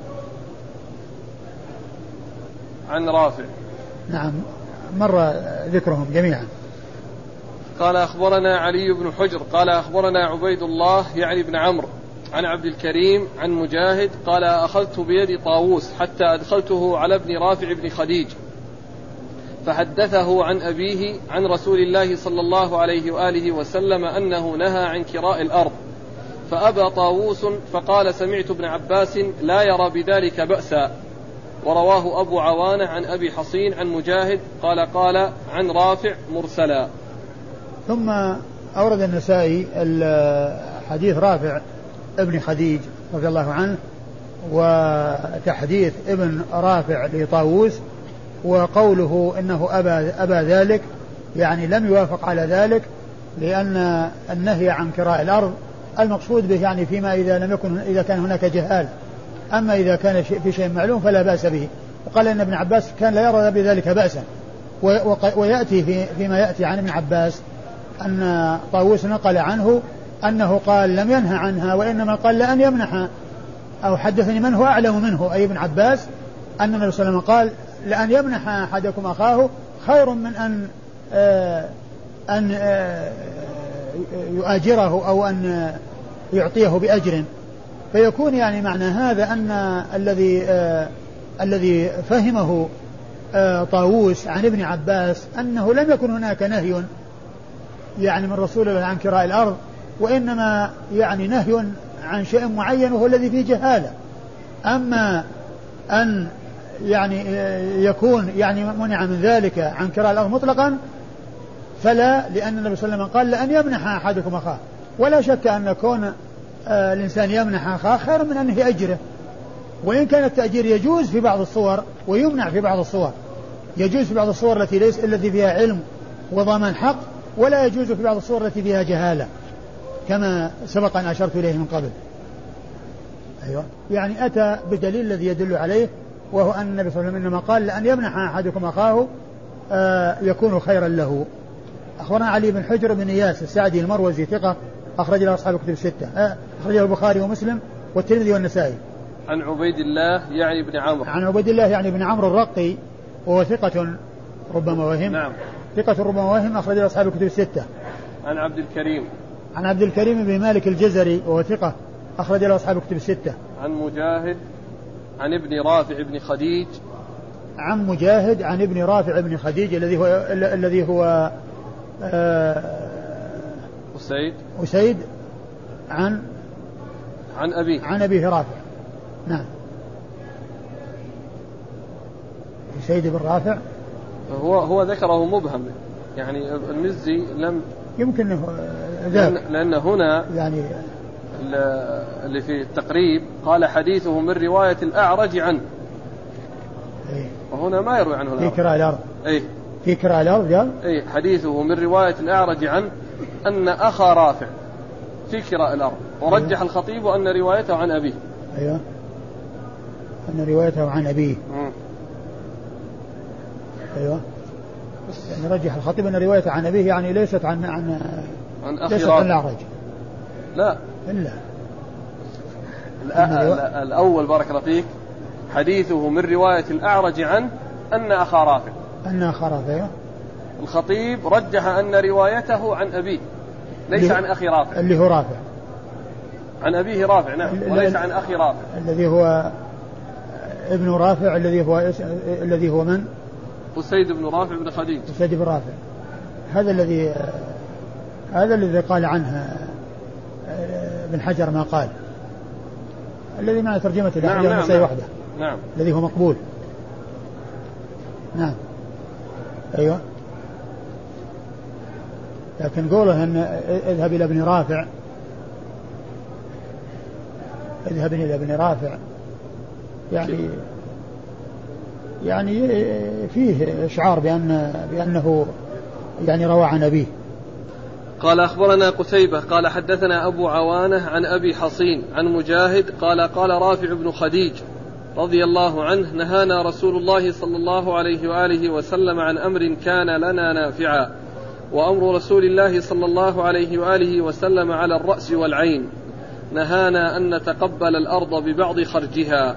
عن رافع. نعم مر ذكرهم جميعا. قال أخبرنا علي بن حجر قال أخبرنا عبيد الله يعني بن عمرو عن عبد الكريم عن مجاهد قال أخذت بيد طاووس حتى أدخلته على ابن رافع بن خديج فحدثه عن أبيه عن رسول الله صلى الله عليه وآله وسلم أنه نهى عن كراء الأرض فأبى طاووس فقال سمعت ابن عباس لا يرى بذلك بأسا. ورواه أبو عوانة عن أبي حصين عن مجاهد قال قال عن رافع مرسلا. ثم أورد النسائي حديث رافع ابن خديج رضي الله عنه وتحديث ابن رافع لطاووس وقوله إنه أبى, أبى ذلك يعني لم يوافق على ذلك لأن النهي عن كراء الأرض المقصود به يعني فيما إذا لم يكن إذا كان هناك جهال، أما إذا كان في شيء معلوم فلا بأس به. وقال إن ابن عباس كان لا يرى بذلك بأسا ويأتي في فيما يأتي عن ابن عباس أن طاووس نقل عنه أنه قال لم ينهى عنها وإنما قال لأن يمنح أو حدثني من هو أعلم منه أي ابن عباس أن النبي صلى الله عليه وسلم قال لأن يمنح أحدكم أخاه خير من أن آه أن آه يؤاجره أو أن يعطيه بأجر. فيكون يعني معنى هذا أن الذي آه الذي فهمه آه طاووس عن ابن عباس أنه لم يكن هناك نهي يعني من رسول الله عن كراء الأرض وإنما يعني نهي عن شيء معين وهو الذي فيه جهالة. أما أن يعني يكون يعني منع من ذلك عن كراء الأرض مطلقا فلا، لأن النبي صلى الله عليه وسلم قال لأن يمنح أحدكم أخاه. ولا شك أن كون آه الإنسان يمنح أخاه خير من أنه يأجره، وإن كان التأجير يجوز في بعض الصور ويمنع في بعض الصور. يجوز في بعض الصور التي ليس التي فيها علم وضمان حق، ولا يجوز في بعض الصور التي فيها جهالة كما سبق أن أشرت إليه من قبل. أيوة يعني أتى بدليل الذي يدل عليه وهو أن النبي صلى الله عليه وسلم إنما قال لأن يمنح أحدكم أخاه آه يكون خيرا له. أخبرنا علي بن حجر بن إياس السعدي المروزي ثقة أخرج له أصحاب الكتب الستة آه أخرجه البخاري ومسلم والترمذي والنسائي. عن عبيد الله يعني بن عمرو عن عبيد الله يعني بن عمرو الرقي وهو ثقة ربما وهم. نعم. ثقة ربما وهم أخرج له أصحاب الكتب الستة. عن عبد الكريم عن عبد الكريم بن مالك الجزري وهو ثقة أخرج له أصحاب الكتب الستة. عن مجاهد عن ابن رافع بن خديج عن مجاهد عن ابن رافع بن خديج الذي هو الذي هو أسيد أسيد عن عن أبيه عن أبيه رافع. نعم أسيد بن رافع هو هو ذكره مبهم يعني المزي لم يمكن لأن, لأن هنا يعني اللي في التقريب قال حديثه من رواية الأعرج عنه إيه؟ وهنا ما يروي عنه في كراء الأرض إيه؟ في كراء الأرض قال إيه حديثه من رواية الأعرج عنه أن أخا رافع في كراء الأرض ورجح أيه؟ الخطيب أن روايته عن أبيه. أيوة أن روايته عن أبيه. مم. أيوة يعني رجح الخطيب أن روايته عن أبيه يعني ليست عن عن, عن أخي ليست عن الأعرج. لا إلا الأول بارك الله فيك حديثه من رواية الأعرج عنه أن أخا رافع أن أخا رافع. الخطيب رجح أن روايته عن أبيه ليس عن أخي رافع اللي هو رافع عن أبيه رافع نعم وليس عن أخي رافع الذي هو ابن رافع الذي هو الذي هو من أسيد بن رافع بن خديج. أسيد بن رافع هذا الذي هذا الذي قال عنه ابن حجر ما قال الذي مع ترجمة نعم نعم, نعم, وحده. نعم الذي هو مقبول. نعم أيوة لكن قوله أن اذهب إلى ابن رافع اذهب إلى ابن رافع يعني يعني فيه إشعار بأن بأنه يعني روى عن أبيه. قال أخبرنا قتيبة قال حدثنا أبو عوانة عن أبي حصين عن مجاهد قال قال رافع بن خديج رضي الله عنه نهانا رسول الله صلى الله عليه وآله وسلم عن أمر كان لنا نافعا وأمر رسول الله صلى الله عليه وآله وسلم على الرأس والعين نهانا أن نتقبل الأرض ببعض خرجها.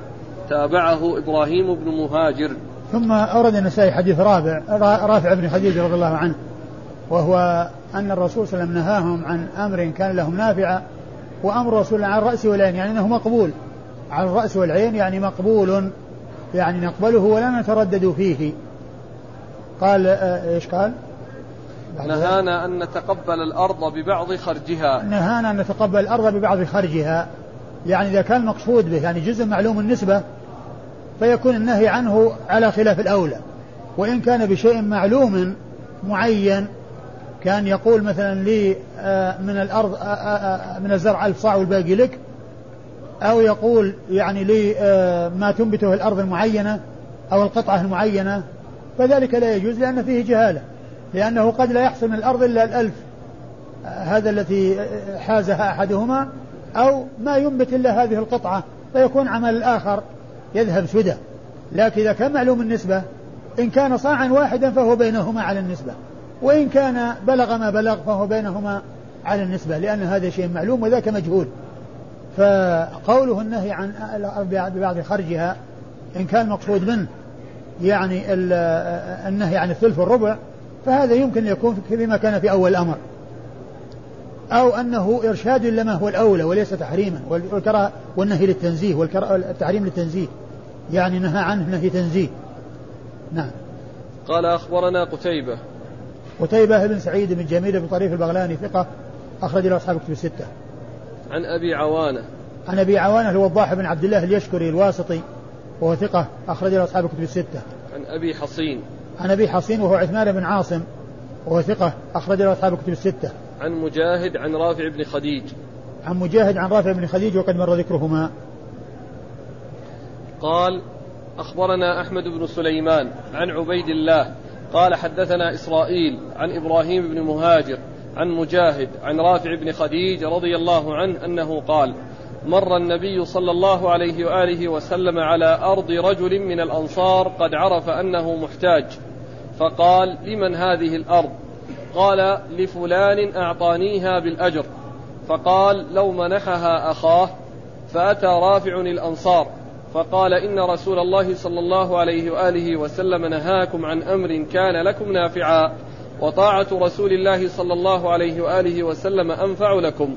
تابعه إبراهيم بن مهاجر. ثم أورد النسائي حديث رافع رافع بن خديج رضي الله عنه وهو أن الرسول صلى الله عليه وسلم نهاهم عن أمر كان لهم نافعا وأمر الرسول عن الرأس والعين يعني أنه مقبول عن الرأس والعين يعني مقبول يعني نقبله ولا نتردد فيه. قال إيش قال؟ نهانا أن نتقبل الأرض ببعض خرجها. نهانا أن نتقبل الأرض ببعض خرجها يعني إذا كان مقصود به يعني جزء معلوم النسبة فيكون النهي عنه على خلاف الأولى. وإن كان بشيء معلوم معين كان يقول مثلا لي من الأرض من الزرع ألف صاع والباقي لك أو يقول يعني لي ما تنبته الأرض المعينة أو القطعة المعينة فذلك لا يجوز لأن فيه جهالة لأنه قد لا يحصل من الأرض إلا الألف هذا التي حازها أحدهما أو ما ينبت إلا هذه القطعة فيكون عمل الآخر يذهب سدى. لكن إذا كان معلوم النسبة إن كان صاعا واحدا فهو بينهما على النسبة وإن كان بلغ ما بلغ فهو بينهما على النسبة لأن هذا شيء معلوم وذاك مجهول. فقوله النهي عن ببعض خرجها إن كان مقصود منه يعني النهي عن الثلث والربع فهذا يمكن يكون فيما كان في أول الأمر أو أنه إرشاد لما هو الأولى وليس تحريما والكراهة والنهي للتنزيه والتحريم للتنزيه يعني نهى عنه نهي تنزيه. نعم. قال أخبرنا قتيبة قتيبة بن سعيد بن جميل بن طريف البغلاني ثقة أخرج له أصحاب كتب الستة. عن أبي عوانة عن أبي عوانة الوضاح بن عبد الله اليشكري الواسطي وهو ثقة أخرج له أصحاب كتب الستة. عن أبي حصين عن أبي حصين وهو عثمان بن عاصم وهو ثقة أخرج له أصحاب كتب الستة. عن مجاهد عن رافع بن خديج عن مجاهد عن رافع بن خديج وقد مر ذكرهما. قال أخبرنا أحمد بن سليمان عن عبيد الله قال حدثنا إسرائيل عن إبراهيم بن مهاجر عن مجاهد عن رافع بن خديج رضي الله عنه أنه قال مر النبي صلى الله عليه وآله وسلم على أرض رجل من الأنصار قد عرف أنه محتاج فقال لمن هذه الأرض؟ قال لفلان أعطانيها بالأجر. فقال لو منحها أخاه. فأتى رافع الأنصار فقال إن رسول الله صلى الله عليه وآله وسلم نهاكم عن أمر كان لكم نافعا وطاعة رسول الله صلى الله عليه وآله وسلم أنفع لكم.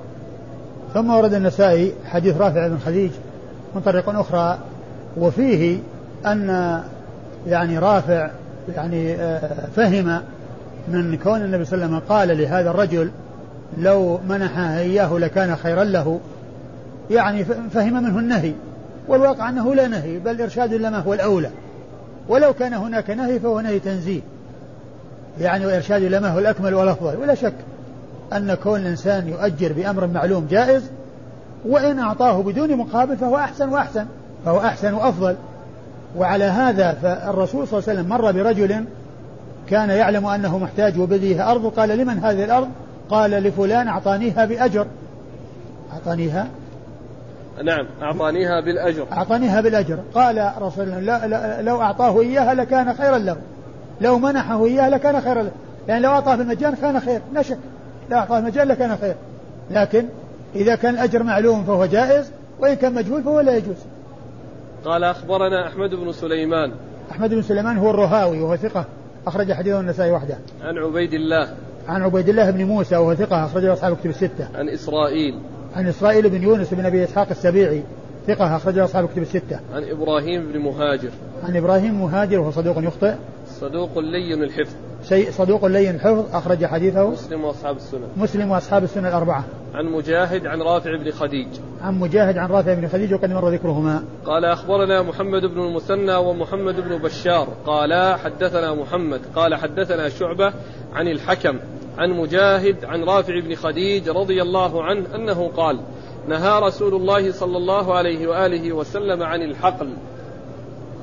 ثم ورد النسائي حديث رافع بن خديج من طريق أخرى وفيه أن يعني رافع يعني فهم من كون النبي صلى الله عليه وسلم قال لهذا الرجل لو منحها إياه لكان خيرا له يعني فهم منه النهي والواقع أنه لا نهي بل إرشاد لما هو الأولى ولو كان هناك نهي فهو نهي تنزيه يعني وإرشاد لما هو الأكمل والأفضل. ولا شك أن كون الإنسان يؤجر بأمر معلوم جائز وإن أعطاه بدون مقابل فهو أحسن وأحسن فهو أحسن وأفضل. وعلى هذا فالرسول صلى الله عليه وسلم مر برجل كان يعلم أنه محتاج وبديه أرض قال لمن هذه الأرض؟ قال لفلان أعطانيها بأجر. أعطانيها نعم أعطانيها بالأجر أعطانيها بالأجر. قال رسول الله لا لا لو أعطاه إياها لكان خيرا له لو منحه إياها لكان خيرا له يعني لو أعطاه بالمجان كان خير لا شك لا أعطاه بالمجان لكان خير لكن إذا كان الأجر معلوم فهو جائز وإن كان مجهول فهو لا يجوز. قال أخبرنا أحمد بن سليمان أحمد بن سليمان هو الرهاوي وهو ثقة أخرج حديثه النسائي وحده. عن عبيد الله عن عبيد الله بن موسى وهو ثقة أخرج له أصحاب كتب الستة. عن إسرائيل عن إسرائيل بن يونس بن أبي إسحاق السبيعي ثقة أخرج له أصحاب كتب الستة. عن إبراهيم بن مهاجر عن إبراهيم مهاجر وهو صدوق يخطئ صدوق لين الحفظ شيء صدوق لين الحفظ أخرج حديثه مسلم وأصحاب السنة مسلم وأصحاب السنة الأربعة. عن مجاهد عن رافع بن خديج عن مجاهد عن رافع بن خديج وقد مر ذكرهما. قال أخبرنا محمد بن المثنى ومحمد بن بشار قال حدثنا محمد قال حدثنا شعبة عن الحكم عن مجاهد عن رافع بن خديج رضي الله عنه أنه قال نهى رسول الله صلى الله عليه وآله وسلم عن الحقل.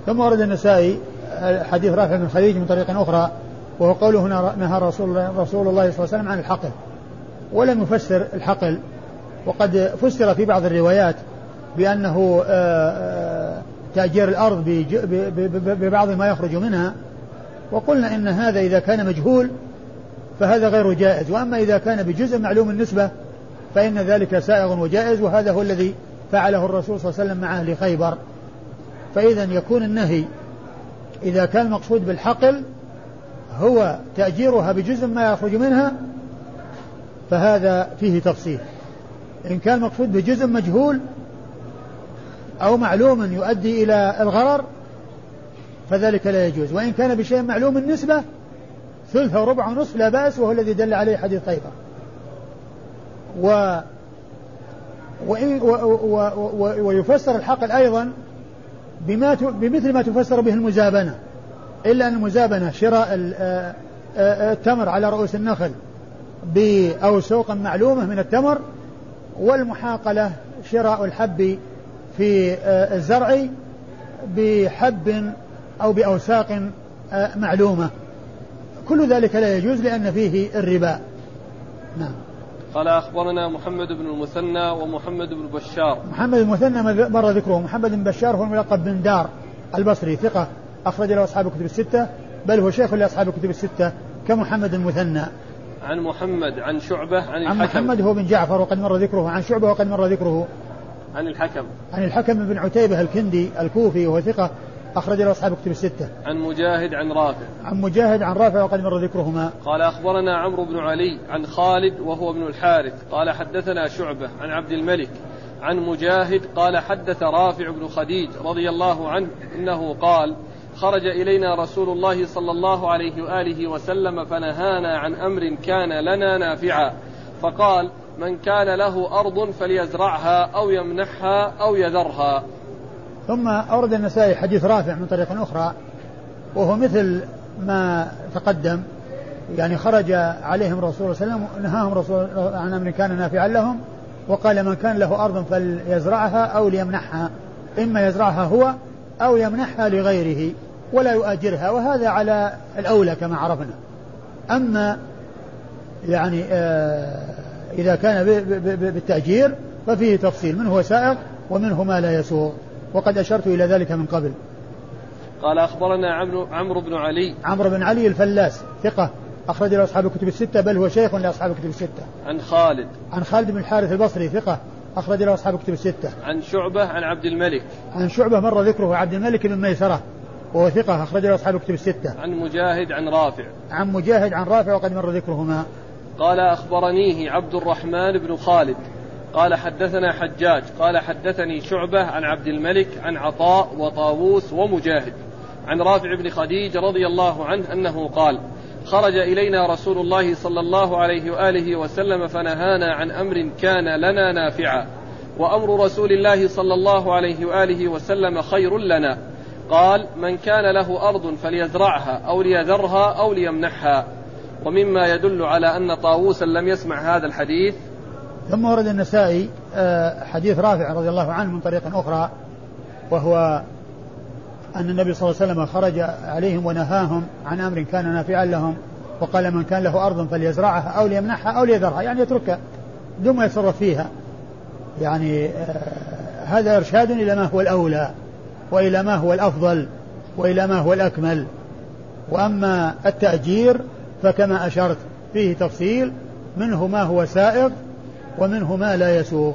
ثم ورد النسائي حديث رافع بن خديج من طريق أخرى، وهو قوله هنا نهى رسول الله, رسول الله صلى الله عليه وسلم عن الحقل، ولم يفسر الحقل، وقد فسر في بعض الروايات بأنه تأجير الأرض ببعض ما يخرج منها، وقلنا إن هذا إذا كان مجهول فهذا غير جائز، وأما إذا كان بجزء معلوم النسبة فإن ذلك سائغ وجائز، وهذا هو الذي فعله الرسول صلى الله عليه وسلم مع أهل خيبر. فإذا يكون النهي إذا كان المقصود بالحقل هو تأجيرها بجزء ما يخرج منها فهذا فيه تفصيل. إن كان المقصود بجزء مجهول أو معلوم يؤدي إلى الغرر فذلك لا يجوز، وإن كان بشيء معلوم النسبة ثلث وربع ونصف لا بأس، وهو الذي دل عليه حديث خيبر. و وإن و و و ويفسر الحقل أيضا بما بمثل ما تفسر به المزابنة، إلا أن المزابنة شراء التمر على رؤوس النخل بأوسوق معلومة من التمر، والمحاقلة شراء الحب في الزرع بحب أو بأوساق معلومة، كل ذلك لا يجوز لأن فيه الربا. نعم. قال أخبرنا محمد بن المثنى ومحمد بن بشار. محمد بن المثنى مر ذكره. محمد بن بشار هو الملقب بن دار البصري، ثقة أخرج له أصحاب الكتب الستة، بل هو شيخ لأصحاب الكتب الستة كمحمد المثنى. عن محمد عن شعبة عن الحكم. عن محمد هو بن جعفر وقد مر ذكره. عن شعبة وقد مر ذكره. عن الحكم. عن الحكم بن عتيبة الكندي الكوفي وهو ثقة أخرج له أصحاب الكتب الستة. عن مجاهد عن رافع. عن مجاهد عن رافع وقد مر ذكرهما. قال أخبرنا عمرو بن علي عن خالد وهو ابن الحارث قال حدثنا شعبة عن عبد الملك عن مجاهد قال حدث رافع بن خديج رضي الله عنه إنه قال خرج إلينا رسول الله صلى الله عليه وآله وسلم فنهانا عن أمر كان لنا نافعا، فقال من كان له أرض فليزرعها أو يمنحها أو يذرها. ثم أورد النسائي حديث رافع من طريق أخرى وهو مثل ما تقدم، يعني خرج عليهم رسول الله صلى الله عليه وسلم نهاهم رسول عن أمر كان نافعا لهم، وقال من كان له أرض فليزرعها أو ليمنحها، إما يزرعها هو أو يمنحها لغيره ولا يؤجرها، وهذا على الأولى كما عرفنا. أما يعني آه إذا كان بالتأجير ففيه تفصيل، منه هو سائق ومنه ما لا يسوغ، وقد أشرت إلى ذلك من قبل. قال أخبرنا عمرو بن علي. عمرو بن علي الفلاس ثقة أخرج له أصحاب الكتب الستة، بل هو شيخ لأصحاب الكتب الستة. عن خالد. عن خالد بن الحارث البصري ثقة أخرج له أصحاب الكتب الستة. عن شعبة عن عبد الملك. عن شعبة مر ذكره عبد الملك بن ميسرة وهو ثقة أخرج له أصحاب الكتب الستة. عن مجاهد عن رافع. عن مجاهد عن رافع وقد مر ذكرهما. قال أخبرنيه عبد الرحمن بن خالد قال حدثنا حجاج قال حدثني شعبة عن عبد الملك عن عطاء وطاووس ومجاهد عن رافع بن خديج رضي الله عنه أنه قال خرج إلينا رسول الله صلى الله عليه وآله وسلم فنهانا عن أمر كان لنا نافعا، وأمر رسول الله صلى الله عليه وآله وسلم خير لنا. قال من كان له أرض فليزرعها أو ليذرها أو ليمنحها. ومما يدل على أن طاووسا لم يسمع هذا الحديث. ثم ورد النسائي حديث رافع رضي الله عنه من طريق أخرى، وهو أن النبي صلى الله عليه وسلم خرج عليهم ونهاهم عن أمر كان نافعا لهم، وقال من كان له أرض فليزرعها أو ليمنحها أو ليذرها، يعني يتركها دون ما يتصرف فيها. يعني هذا إرشاد إلى ما هو الأولى وإلى ما هو الأفضل وإلى ما هو الأكمل. وأما التأجير فكما أشرت فيه تفصيل، منه ما هو سائغ ومنه ما لا يسوغ.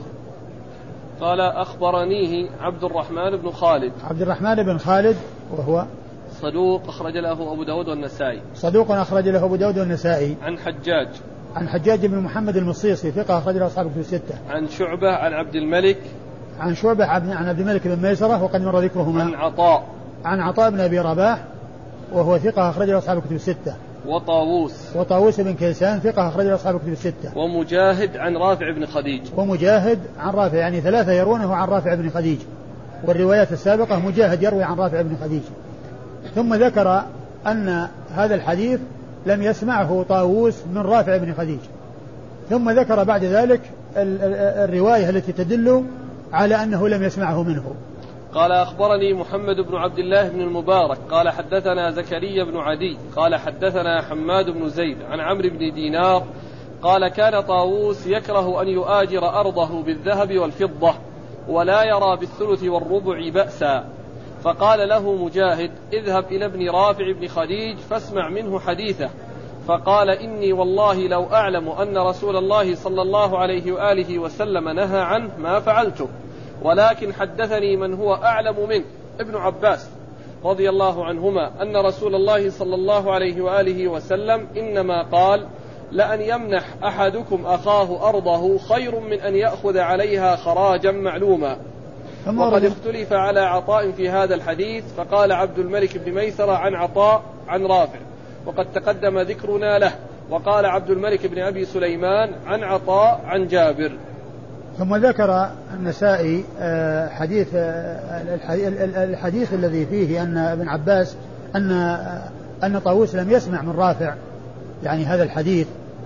قال أخبرنيه عبد الرحمن بن خالد. عبد الرحمن بن خالد وهو صدوق أخرج له أبو داود والنسائي. صدوق أخرج له أبو داود والنسائي. عن حجاج. عن حجاج بن محمد المصيصي ثقة أخرج له أصحاب الكتب الستة. عن شعبة عن عبد الملك. عن شعبة عن عبد الملك بن ميسرة وقد مر ذكرهما. عن عطاء. عن عطاء بن أبي رباح وهو ثقة أخرج له أصحاب الكتب الستة. وطاووس. وطاووس بن كيسان ثقة أخرج له أصحاب الكتب الستة. ومجاهد عن رافع بن خديج. ومجاهد عن رافع، يعني ثلاثة يروونه عن رافع بن خديج، والروايات السابقة مجاهد يروي عن رافع بن خديج. ثم ذكر أن هذا الحديث لم يسمعه طاووس من رافع بن خديج، ثم ذكر بعد ذلك الرواية التي تدل على أنه لم يسمعه منه، قال أخبرني محمد بن عبد الله بن المبارك قال حدثنا زكريا بن عدي قال حدثنا حماد بن زيد عن عمرو بن دينار قال كان طاووس يكره أن يؤاجر أرضه بالذهب والفضة ولا يرى بالثلث والربع بأسا، فقال له مجاهد اذهب إلى ابن رافع بن خديج فاسمع منه حديثه، فقال إني والله لو أعلم أن رسول الله صلى الله عليه وآله وسلم نهى عنه ما فعلته، ولكن حدثني من هو أعلم منه ابن عباس رضي الله عنهما أن رسول الله صلى الله عليه وآله وسلم إنما قال لأن يمنح أحدكم أخاه أرضه خير من أن يأخذ عليها خراجا معلوما. وقد اختلف على عطاء في هذا الحديث، فقال عبد الملك بن ميسرة عن عطاء عن رافع وقد تقدم ذكرنا له، وقال عبد الملك بن أبي سليمان عن عطاء عن جابر. ثم ذكر النسائي حديث الحديث الذي فيه أن ابن عباس أن أن طاووس لم يسمع من رافع، يعني هذا الحديث،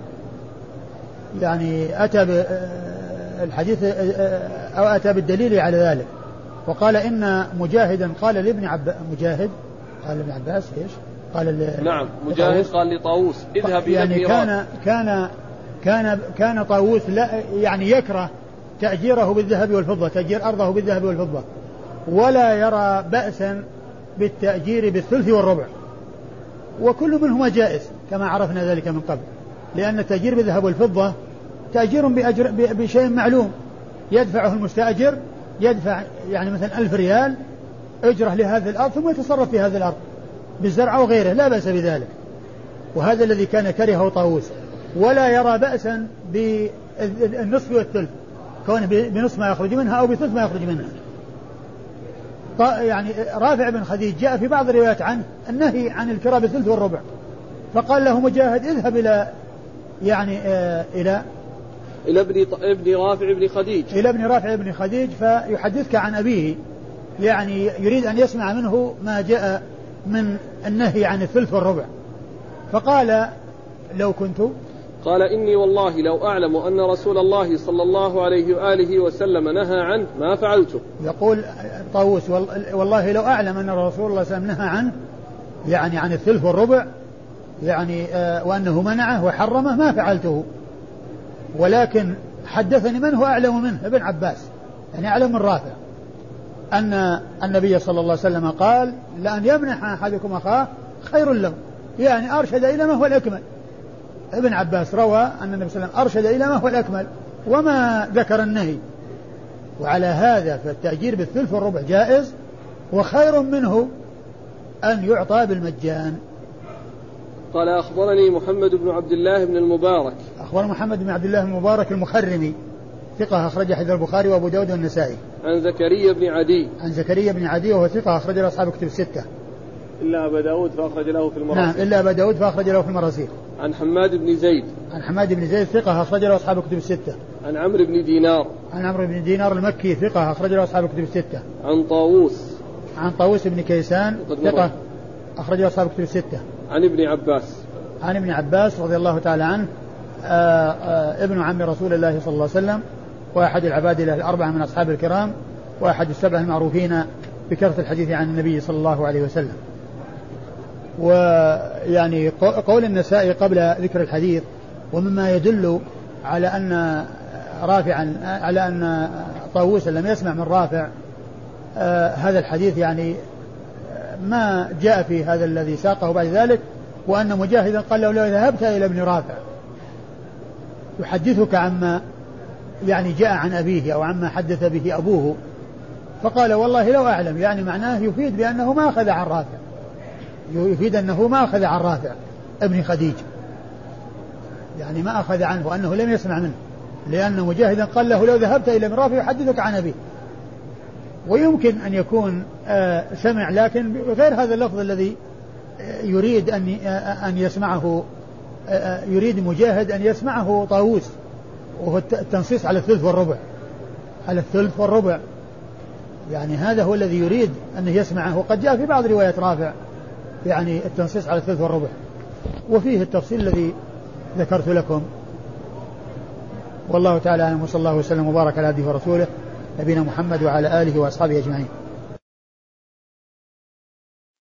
يعني أتى بالحديث أو أتى بالدليل على ذلك، وقال إن مجاهدا قال لابن عباس مجاهد قال لابن عباس إيش؟ قال نعم مجاهد قال لطاووس اذهب إلى يعني كان كان كان كان طاووس لا يعني يكره تأجيره بالذهب والفضة، تأجير أرضه بالذهب والفضة، ولا يرى بأسا بالتأجير بالثلث والربع، وكل منهما جائز كما عرفنا ذلك من قبل، لأن التأجير بالذهب والفضة تأجير بأجر بشيء معلوم يدفعه المستأجر، يدفع يعني مثلا ألف ريال أجره لهذه الأرض ثم يتصرف في هذه الأرض بالزرع وغيره، لا بأس بذلك. وهذا الذي كان كرهه طاووس، ولا يرى بأسا بالنصف والثلث، كونه بنصف ما يخرج منها أو بثلث ما يخرج منها. يعني رافع بن خديج جاء في بعض الروايات عنه النهي عن الكراء بالثلث والربع، فقال له مجاهد اذهب إلى يعني آه إلى إلى ابن ابن رافع بن خديج إلى ابن رافع بن خديج فيحدثك عن أبيه، يعني يريد أن يسمع منه ما جاء من النهي عن الثلث والربع. فقال لو كنت قال إني والله لو أعلم أن رسول الله صلى الله عليه وآله وسلم نهى عنه ما فعلته. يقول طاووس والله لو أعلم أن رسول الله صلى الله عليه وسلم نهى عنه يعني عن الثلث والربع يعني آه وأنه منعه وحرمه ما فعلته، ولكن حدثني من هو أعلم منه ابن عباس، يعني أعلم من رافع، أن النبي صلى الله عليه وسلم قال لأن يمنح أحدكم أخاه خير له، يعني أرشد إلى ما هو الأكمل. ابن عباس روى أن النبي صلى الله عليه وسلم أرشد إلى ما هو الأكمل وما ذكر النهي، وعلى هذا فالتأجير بالثلث والربع جائز، وخير منه أن يعطى بالمجان. قال أخبرني محمد بن عبد الله بن المبارك أخبر محمد بن عبد الله بن المبارك المخرمي ثقة أخرج حديث البخاري وأبو داود والنسائي. عن زكريا بن عدي عن زكريا بن عدي وهو ثقة أخرج له أصحاب كتب الستة إلا أبا داود فأخرج له في المراسيل. نعم إلا أبا داود فأخرج له في المراسيل. عن حماد بن زيد عن حماد بن زيد ثقة أخرج له أصحاب كتب الستة. عن عمرو بن دينار عن عمرو بن دينار المكي ثقة أخرج له أصحاب كتب الستة. عن طاووس عن طاووس بن كيسان ثقة أخرج له أصحاب كتب الستة. عن ابن عباس عن ابن عباس رضي الله تعالى عنه آآ آآ ابن عم رسول الله صلى الله عليه وسلم، وأحد العبادلة الأربعة من أصحاب الكرام، وأحد السبعة المعروفين بكثرة الحديث عن النبي صلى الله عليه وسلم. ويعني قول النسائي قبل ذكر الحديث ومما يدل على أن رافعا على أن طاووس لم يسمع من رافع هذا الحديث، يعني ما جاء في هذا الذي ساقه بعد ذلك، وأن مجاهدا قال له لو ذهبت إلى ابن رافع يحدثك عما يعني جاء عن أبيه أو عما حدث به أبوه، فقال والله لو أعلم، يعني معناه يفيد بأنه ما أخذ عن رافع، يفيد أنه ما أخذ عن رافع ابن خديج، يعني ما أخذ عنه وأنه لم يسمع منه، لأن مجاهدا قال له لو ذهبت إلى ابن رافع يحدثك عن أبيه. ويمكن أن يكون آه سمع لكن غير هذا اللفظ الذي يريد أن أن يسمعه، يريد مجاهد أن يسمعه طاووس، وهو التنصيص على الثلث والربع، على الثلث والربع، يعني هذا هو الذي يريد أن يسمعه. وقد جاء في بعض روايات رافع يعني التنصيص على الثلث والربع، وفيه التفصيل الذي ذكرت لكم. والله تعالى أعلم، وصلى الله وسلم وبارك على عبده ورسوله نبينا محمد وعلى آله وأصحابه أجمعين.